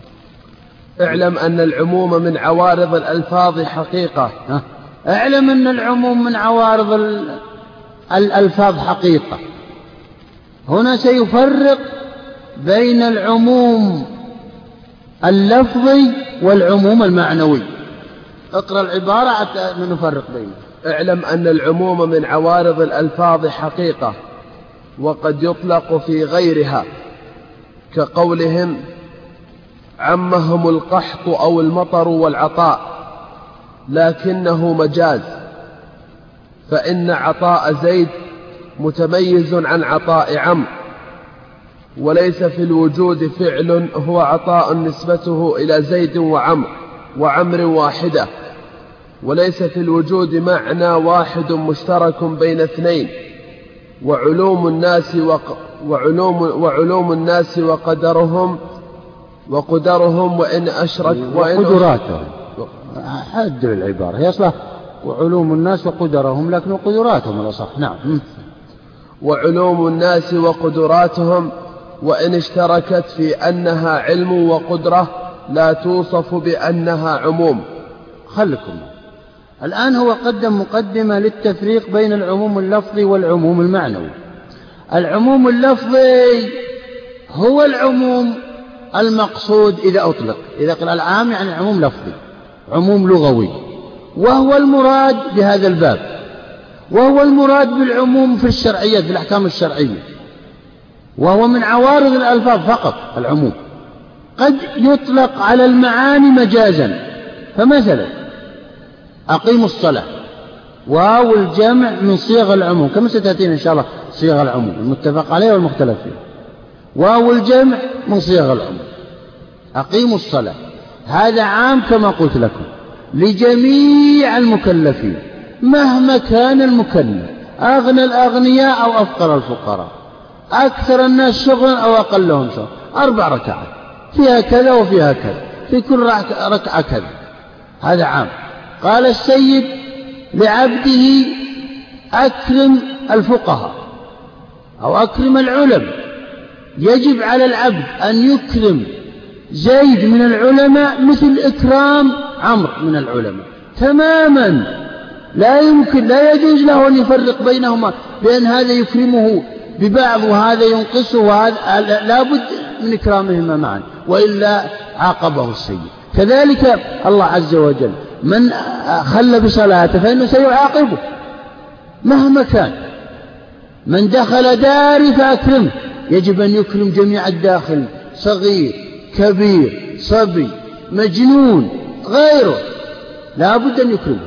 اعلم أن العموم من عوارض الألفاظ حقيقة. اعلم أن العموم من عوارض الألفاظ حقيقة. هنا سيفرق بين العموم اللفظي والعموم المعنوي. اقرأ العبارة حتى نفرق بينه. اعلم أن العموم من عوارض الألفاظ حقيقة، وقد يطلق في غيرها، كقولهم: عمهم القحط أو المطر والعطاء، لكنه مجاز، فإن عطاء زيد متميز عن عطاء عمرو، وليس في الوجود فعل هو عطاء نسبته إلى زيد وعمرو وعمر واحدة، وليس في الوجود معنى واحد مشترك بين اثنين، وعلوم الناس وق وعلوم وعلوم الناس وقدرهم وقدرهم وإن أشرك وإن وقدراتهم. حد العبارة هي أصلا وعلوم الناس وقدرهم، لكن قدراتهم الأصح. نعم. وعلوم الناس وقدراتهم وإن اشتركت في أنها علم وقدرة لا توصف بأنها عموم. خلكم الآن هو قدم مقدمة للتفريق بين العموم اللفظي والعموم المعنوي. العموم اللفظي هو العموم المقصود إذا أطلق، إذا قال العام يعني عموم لفظي، عموم لغوي، وهو المراد بهذا الباب، وهو المراد بالعموم في الشرعيات، في الأحكام الشرعية، وهو من عوارض الألفاظ فقط. العموم قد يطلق على المعاني مجازا، فمثلا أقيموا الصلاة، واو الجمع من صيغ العموم، كما ستأتينا إن شاء الله صيغ العموم المتفق عليه والمختلف فيه. واو الجمع من صيغ العموم. أقيموا الصلاة هذا عام كما قلت لكم لجميع المكلفين مهما كان المكلف، أغنى الأغنياء أو أفقر الفقراء، أكثر الناس شغلا أو أقلهم شغلا. أربع ركعات فيها كذا وفيها كذا، في كل ركعة كذا، هذا عام. قال السيد لعبده أكرم الفقهاء أو أكرم العلماء، يجب على العبد أن يكرم زيد من العلماء مثل إكرام عمرو من العلماء تماما. لا يمكن، لا يجوز له أن يفرق بينهما بأن هذا يكرمه ببعض وهذا ينقصه، وهذا لا بد من إكرامهما معا، وإلا عاقبه السيد. كذلك الله عز وجل من خل بصلاته فإنه سيعاقبه مهما كان. من دخل داري فأكرمه، يجب أن يكرم جميع الداخل، صغير كبير صبي مجنون غيره، لا بد أن يكرمه،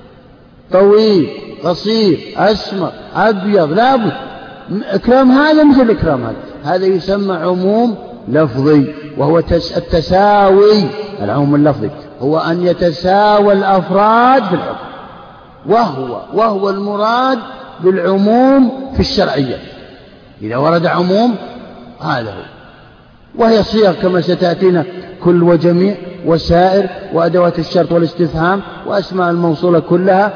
طويل قصير أسمر أبيض، لا بد إكرام هذا مثل إكرام هذا. هذا يسمى عموم لفظي، وهو التساوي. العموم اللفظي هو أن يتساوى الأفراد في الحكم، وهو وهو المراد بالعموم في الشرعية. إذا ورد عموم هذا هو، وهي صيغ كما ستأتينا كل وجميع وسائر وأدوات الشرط والاستفهام وأسماء الموصولة كلها،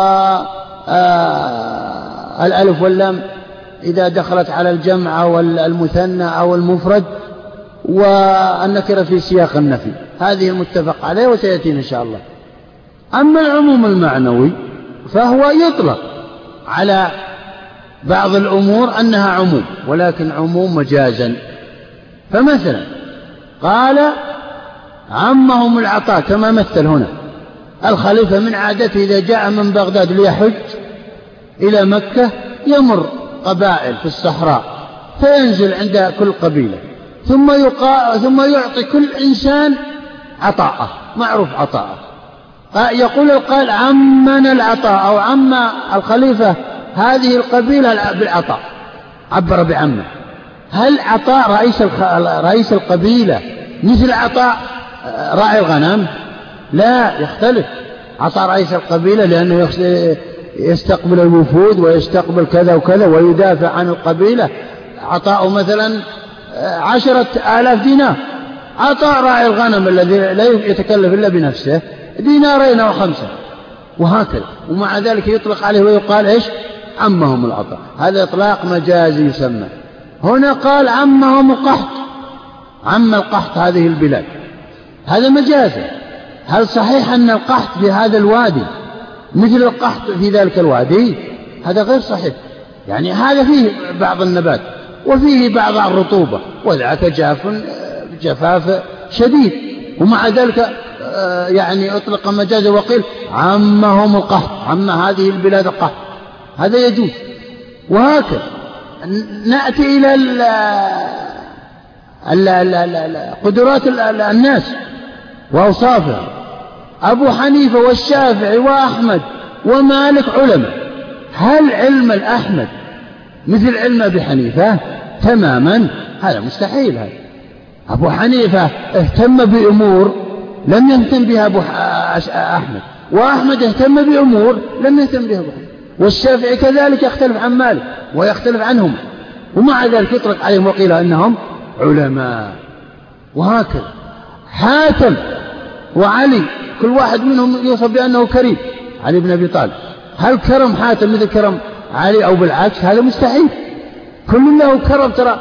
والألف واللام إذا دخلت على الجمع أو المثنى أو المفرد، والنكرة في سياق النفي. هذه المتفق عليه وسيأتينا إن شاء الله. أما العموم المعنوي فهو يطلق على بعض الأمور أنها عموم، ولكن عموم مجازا. فمثلا قال عمهم العطاء كما مثل هنا. الخليفة من عادته إذا جاء من بغداد ليحج إلى مكة يمر قبائل في الصحراء، فينزل عند كل قبيلة، ثم يقا... ثم يعطي كل إنسان عطاءه، معروف عطاءه. يقول القائل عمنا العطاء، أو عم الخليفة هذه القبيلة بالعطاء، عبر بعمه. هل عطاء رئيس الخ... رئيس القبيلة مثل عطاء راعي الغنم؟ لا، يختلف. عطاء رئيس القبيلة لأنه يستقبل الوفود ويستقبل كذا وكذا ويدافع عن القبيلة، عطاء مثلا عشرة آلاف دينار. عطاء راعي الغنم الذي لا يتكلف إلا بنفسه دينارين أو خمسة، وهكذا. ومع ذلك يطلق عليه ويقال إيش؟ عمهم العطاء. هذا إطلاق مجازي يسمى. هنا قال عمهم القحط، عم القحط هذه البلاد، هذا مجازي. هل صحيح أن القحط في هذا الوادي مثل القحط في ذلك الوادي؟ هذا غير صحيح. يعني هذا فيه بعض النبات وفيه بعض الرطوبة، وذاك جاف جفاف شديد، ومع ذلك يعني أطلق مجازا وقيل عمهم القحط، عم هذه البلاد القحط، هذا يجوز. وهكذا نأتي إلى ال ال ال ال قدرات الناس وأوصافهم. أبو حنيفة والشافعي وأحمد ومالك علماء، هل علم الأحمد مثل علم أبي حنيفة تماما؟ هذا مستحيل. هذا أبو حنيفة اهتم بأمور لم يهتم بها أبو أحمد، وأحمد اهتم بأمور لم يهتم بها أبو حنيفة، والشافعي كذلك يختلف عن مالك ويختلف عنهم، ومع ذلك يطلق عليهم وقيل أنهم علماء. وهكذا حاتم وعلي كل واحد منهم يوصف بأنه كريم، علي بن أبي طالب، هل كرم حاتم مثل كرم علي أو بالعكس؟ هذا مستحيل. كل له كرم ترى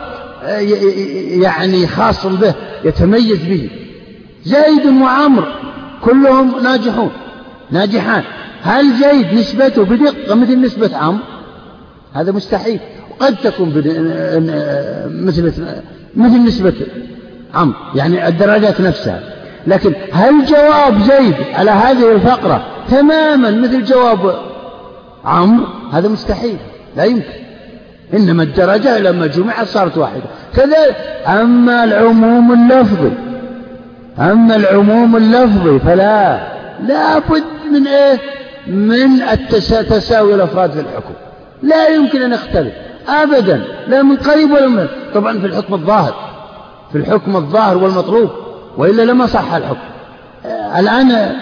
يعني خاص به يتميز به. زيد وعمر كلهم ناجحون ناجحان، هل زيد نسبته بدقة مثل نسبة عمرو؟ هذا مستحيل. قد تكون مثل مثل نسبة عمرو، يعني الدرجات نفسها، لكن هل جواب زيد على هذه الفقرة تماما مثل جواب عمرو؟ هذا مستحيل، لا يمكن. إنما الدرجة لما جمعت صارت واحدة. كذلك أما العموم اللفظي أما العموم اللفظي فلا لا بد من إيه؟ من تساوي الأفراد في الحكم، لا يمكن أن يختلف أبدا، لا من قريب ولا من. طبعا في الحكم الظاهر في الحكم الظاهر والمطلوب، وإلا لما صح الحكم. الآن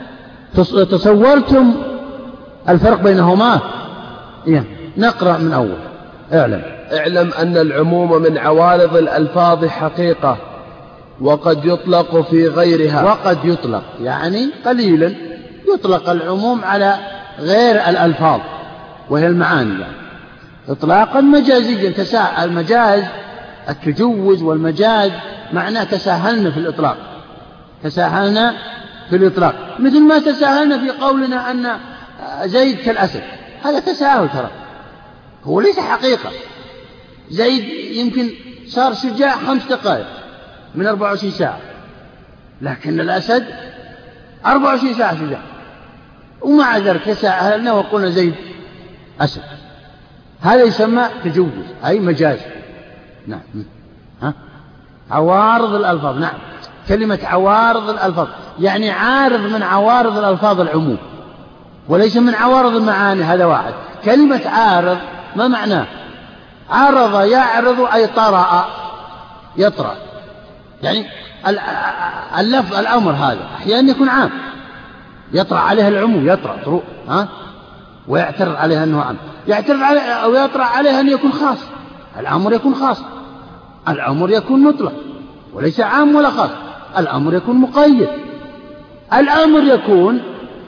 تصورتم الفرق بينهما؟ يعني نقرأ من أول. اعلم اعلم أن العموم من عوارض الألفاظ حقيقة، وقد يطلق في غيرها. وقد يطلق يعني قليلا يطلق العموم على غير الألفاظ وهي المعاني، يعني إطلاقا مجازيا. تسا... المجاز التجوز والمجاز معناه تساهلنا في الإطلاق، تساهلنا في الإطلاق، مثل ما تساهلنا في قولنا أن زيد كالأسد، هذا تساهل ترى، هو ليس حقيقة. زيد يمكن صار شجاع خمس دقائق من أربع وعشرين ساعة، لكن الأسد أربع وعشرين ساعة شجاع، ومع ذلك تساهلنا وقلنا زيد أسد. هذا يسمى تجوز أي مجاز. نعم. ها؟ عوارض الألفاظ. نعم، كلمة عوارض الألفاظ يعني عارض من عوارض الألفاظ العموم، وليس من عوارض المعاني. هذا واحد. كلمة عارض ما معناه؟ عرض يعرض أي طرأ يطرأ، يعني اللفظ الأمر هذا أحيانا يكون عام يطرأ عليه العموم، يطرأ طروء ها، ويعترض عليه أنه عام، يعترض عليه أو يطرأ عليه أن يكون خاص. الأمر يكون خاص، الأمر يكون مطلق وليس عام ولا خاص، الأمر يكون مقيد، الأمر يكون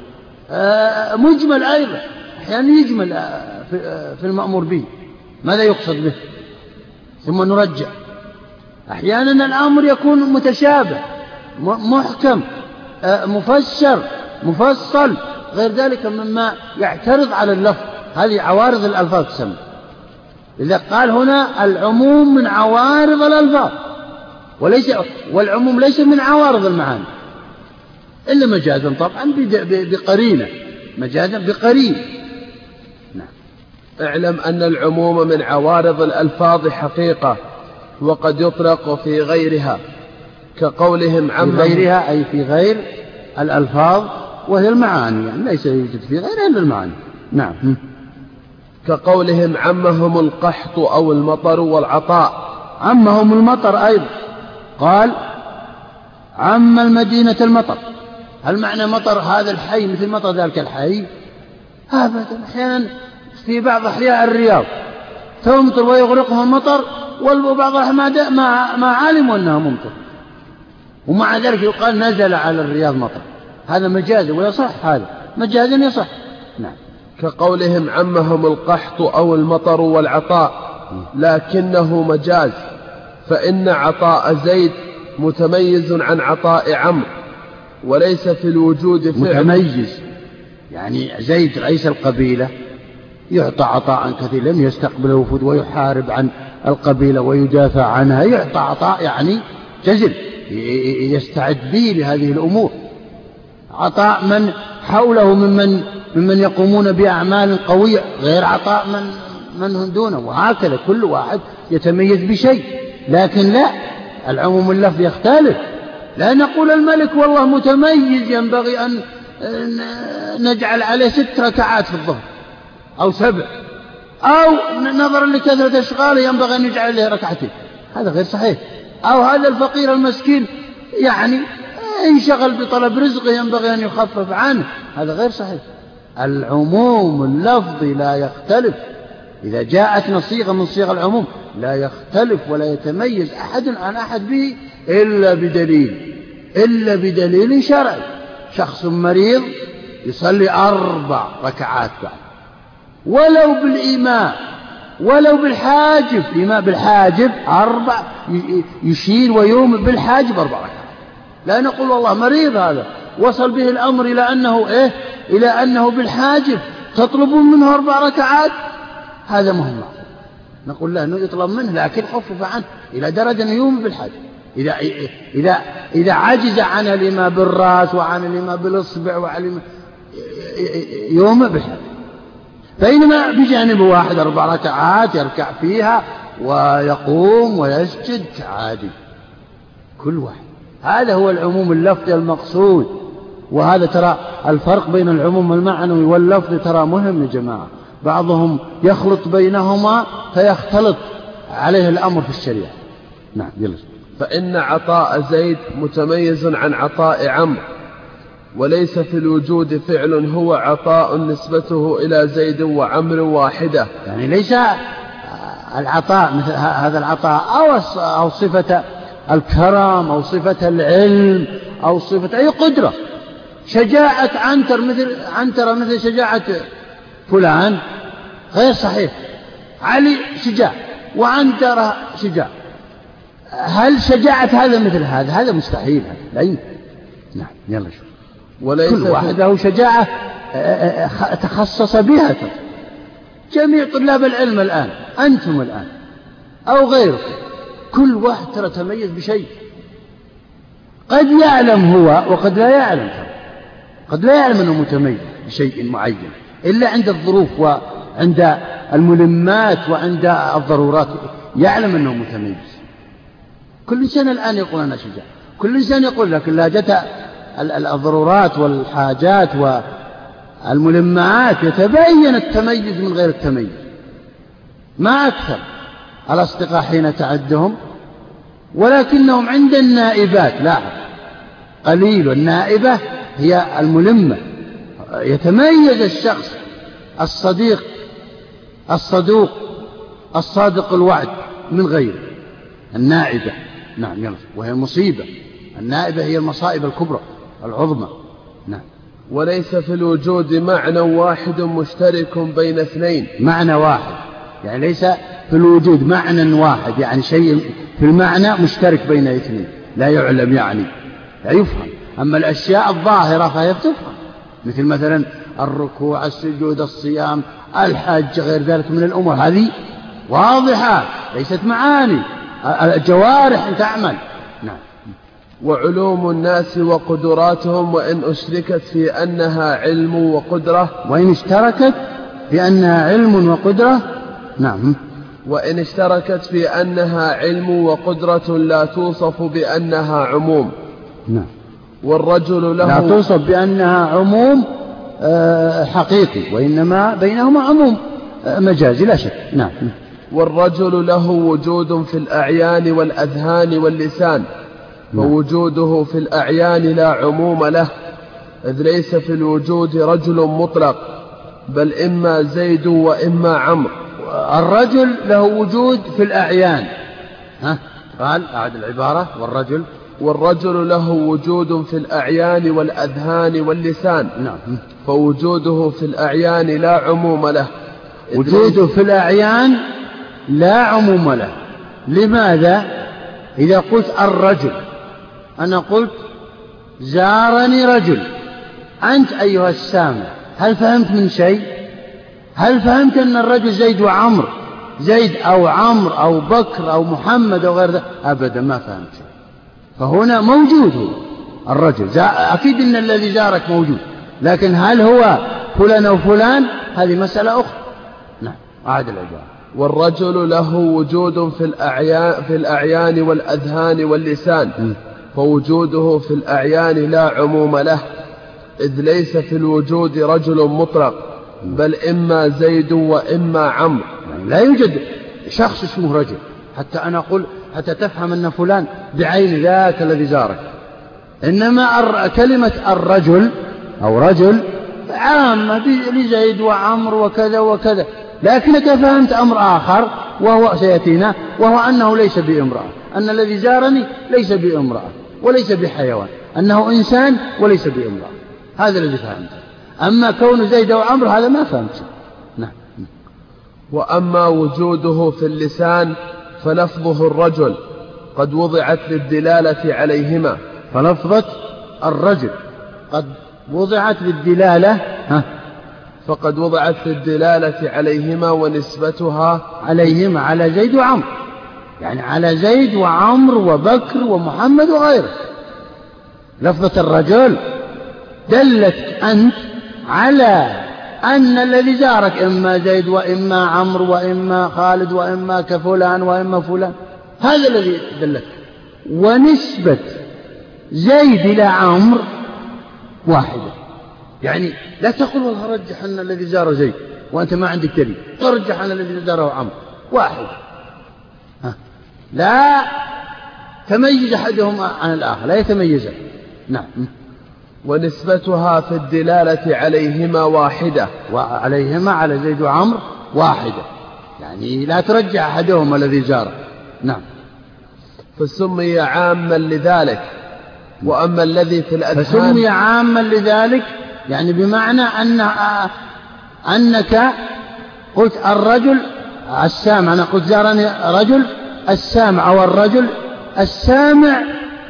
مجمل أيضا، أحيانا يجمل في المأمور به ماذا يقصد به ثم نرجع. أحيانا الأمر يكون متشابه محكم مفسر مفصل، غير ذلك مما يعترض على اللفظ. هذه عوارض الألفاظ تسمى. إذا قال هنا العموم من عوارض الألفاظ، وليس والعموم ليس من عوارض المعاني إلا مجازا، طبعا بقرينة، مجازا بقرينة. نعم. اعلم أن العموم من عوارض الألفاظ حقيقة، وقد يطلق في غيرها، كقولهم عم في غيرها أي في غير الألفاظ وهي المعاني، يعني ليس يوجد في غيرها إلا المعاني. نعم. كقولهم عمهم القحط أو المطر والعطاء. عمهم المطر أيضا، قال عم المدينة المطر، هل معنى مطر هذا الحي مثل مطر ذلك الحي؟ أبدا. أحيانا في بعض أحياء الرياض تمطر ويغرقهم المطر، وبعض الأحياء ما ما علموا أنها ممطر، ومع ذلك يقال نزل على الرياض مطر. هذا مجاز ويصح، هذا مجازا يصح. نعم. كقولهم عمهم القحط أو المطر والعطاء، لكنه مجاز، فإن عطاء زيد متميز عن عطاء عمرو، وليس في الوجود فعل. متميز يعني زيد رئيس القبيلة يعطى عطاء كثيرا، يستقبل الوفود ويحارب عن القبيلة ويدافع عنها، يعطى عطاء يعني جزل يستعد به لهذه الأمور. عطاء من حوله ممن ممن يقومون بأعمال قوية غير عطاء من من هم دونه، وهكذا كل واحد يتميز بشيء. لكن لا، العموم اللفظ يختلف، لا نقول الملك والله متميز ينبغي أن نجعل عليه ست ركعات في الظهر أو سبع، أو نظرا لكثرة أشغاله ينبغي أن يجعل عليه ركعتين، هذا غير صحيح. أو هذا الفقير المسكين يعني انشغل بطلب رزقه ينبغي أن يخفف عنه، هذا غير صحيح. العموم اللفظي لا يختلف، إذا جاءت صيغة من صيغ العموم لا يختلف ولا يتميز أحد عن أحد به إلا بدليل، إلا بدليل شرعي. شخص مريض يصلي أربع ركعات بعد، ولو بالإيماء ولو بالحاجب، إيماء بالحاجب أربع، يشير ويوم بالحاجب أربع ركعات. لا نقول والله مريض هذا وصل به الأمر إلى أنه إيه إلى أنه بالحاجب تطلبون منه أربع ركعات، هذا مهم. نقول له أنه يطلب منه لكن خفف عنه إلى درجة أنه يوم بالحاجب. إذا إذا إذا عجز عن الإيماء بالرأس وعن الإيماء بالإصبع وعن يوم بالحاجب. بينما بجانب واحد أربع ركعات يركع فيها ويقوم ويسجد عادي كل واحد. هذا هو العموم اللفظي المقصود. وهذا ترى الفرق بين العموم المعنوي واللفظي ترى مهم يا جماعة، بعضهم يخلط بينهما فيختلط عليه الأمر في الشريعة. نعم يلا. فإن عطاء زيد متميز عن عطاء عمرو، وليس في الوجود فعل هو عطاء نسبته إلى زيد وعمرو واحدة. يعني ليس العطاء مثل هذا العطاء أو أو صفة الكرم أو صفة العلم أو صفة أي قدرة. شجاعة عنتر مثل عنتر مثل شجاعة فلان غير صحيح. علي شجاع وعنتر شجاع، هل شجاعة هذا مثل هذا؟ هذا مستحيل، لا يمكن. نعم يلا شوف. كل واحد له شجاعة تخصص بها. جميع طلاب العلم الآن، أنتم الآن أو غيركم، كل واحد ترى تميز بشيء، قد يعلم هو وقد لا يعلم، قد لا يعلم أنه متميز بشيء معين إلا عند الظروف وعند الملمات وعند الضرورات يعلم أنه متميز. كل إنسان الآن يقول أنا شجاع، كل إنسان يقول، لكن لا جت الضرورات والحاجات والملمات يتبين التميز من غير التميز. ما أكثر الأصدقاء حين تعدهم، ولكنهم عند النائبات لاحظ قليل، والنائبة هي الملمة. يتميز الشخص الصديق الصدوق الصادق الوعد من غيره. النائبة نعم يلا، وهي مصيبة. النائبة هي المصائب الكبرى العظمى. نعم. وليس في الوجود معنى واحد مشترك بين اثنين. معنى واحد يعني ليس في الوجود معنى واحد، يعني شيء في المعنى مشترك بين اثنين لا يعلم، يعني لا يفهم. أما الأشياء الظاهرة فهي تفهم، مثل مثلا الركوع السجود الصيام الحج غير ذلك من الأمور، هذه واضحة ليست معاني، الجوارح تعمل. نعم. وعلوم الناس وقدراتهم وإن أشركت في أنها علم وقدرة، وإن اشتركت في أنها علم وقدرة. نعم. وإن اشتركت في أنها علم وقدرة لا توصف بأنها عموم. نعم. والرجل له لا توصف بأنها عموم حقيقي، وإنما بينهما عموم مجازي لا شك. نعم. والرجل له وجود في الأعيان والأذهان واللسان، فوجوده في الأعيان لا عموم له، إذ ليس في الوجود رجل مطلق، بل إما زيد وإما عمرو. الرجل له وجود في الأعيان، ها قال أعد العبارة. والرجل والرجل له وجود في الأعيان والأذهان واللسان. نعم. فوجوده في الأعيان لا عموم له. وجوده في الأعيان لا عموم له. لماذا؟ إذا قلت الرجل، أنا قلت زارني رجل، أنت أيها السامع هل فهمت من شيء؟ هل فهمت أن الرجل زيد وعمر، زيد أو عمر أو بكر أو محمد أو غير ذلك؟ أبدا ما فهمت شيء. فهنا موجود هو الرجل، أكيد أن الذي زارك موجود، لكن هل هو فلان أو فلان؟ هذه مسألة أخرى. نعم. أعد العبارة. والرجل له وجود في الأعيان, في الأعيان والأذهان واللسان، فوجوده في الأعيان لا عموم له، إذ ليس في الوجود رجل مطلق، بل إما زيد وإما عمرو. يعني لا يوجد شخص اسمه رجل، حتى أنا أقول حتى تفهم أن فلان بعين ذاك الذي زارك، إنما كلمة الرجل أو رجل عامة لزيد وعمر وكذا وكذا، لكنك فهمت أمر آخر وهو سيأتينا، وهو أنه ليس بامرأة، أن الذي زارني ليس بامرأة وليس بحيوان، أنه إنسان وليس بامرأة، هذا الذي فهمته. أما كون زيد وعمر هذا ما فهمت. نعم. وأما وجوده في اللسان فلفظه الرجل قد وضعت للدلالة عليهما. فلفظة الرجل قد وضعت للدلالة ها فقد وضعت للدلالة عليهما ونسبتها عليهما على زيد وعمر، يعني على زيد وعمر وبكر ومحمد وغيره. لفظة الرجل دلت أنت على أن الذي زارك إما زيد وإما عمر وإما خالد وإما كفلان وإما فلان، هذا الذي دلت. ونسبة زيد إلى عمر واحدة، يعني لا تقول والله رجح أن الذي زار زيد وأنت ما عندك دليل، ترجح أن الذي زاره عمر، واحد. ها. لا تميز أحدهما عن الآخر، لا يتميزان. نعم. ونسبتها في الدلالة عليهما واحدة، وعليهما على زيد وعمر واحدة، يعني لا ترجع أحدهما الذي زاره. نعم. فسمي عاما لذلك. وأما الذي في الأذهان فسمي عاما لذلك، يعني بمعنى أن أنك قلت الرجل السامع، أنا قلت زارني رجل السامع أو الرجل السامع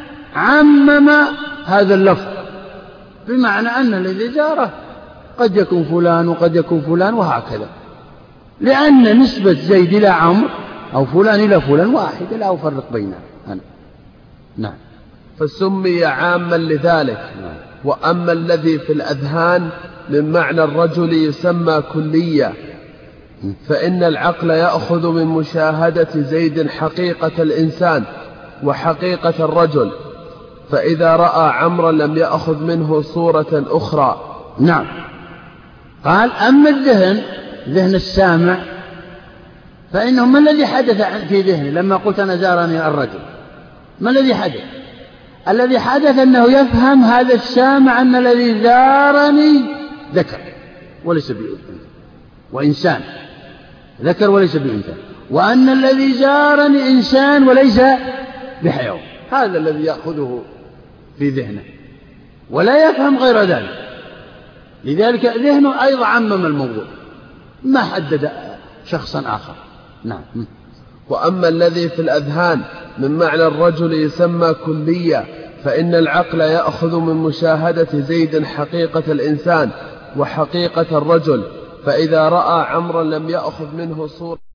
عمم هذا اللفظ، بمعنى أن الذي زاره قد يكون فلان وقد يكون فلان وهكذا، لأن نسبة زيد إلى عمرو أو فلان إلى فلان واحدة، لا أفرق بينها أنا. نعم. فسمي عاما لذلك. نعم. وأما الذي في الأذهان من معنى الرجل يسمى كلية، فإن العقل يأخذ من مشاهدة زيد حقيقة الإنسان وحقيقة الرجل، فإذا رأى عمرا لم يأخذ منه صورة أخرى. نعم. قال أما الذهن، ذهن السامع، فإنه ما الذي حدث في ذهني لما قلت أنا زارني الرجل؟ ما الذي حدث؟ الذي حدث أنه يفهم هذا السامع أن الذي زارني ذكر وليس بأنثى، وإنسان ذكر وليس بأنثى، وأن الذي زارني إنسان وليس بحيوان، هذا الذي يأخذه في ذهنه ولا يفهم غير ذلك. لذلك ذهنه أيضا عمم الموضوع، ما حدد شخصا آخر. نعم. وأما الذي في الأذهان من معنى الرجل يسمى كلية، فإن العقل يأخذ من مشاهدة زيد حقيقة الإنسان وحقيقة الرجل، فإذا رأى عمرا لم يأخذ منه صورة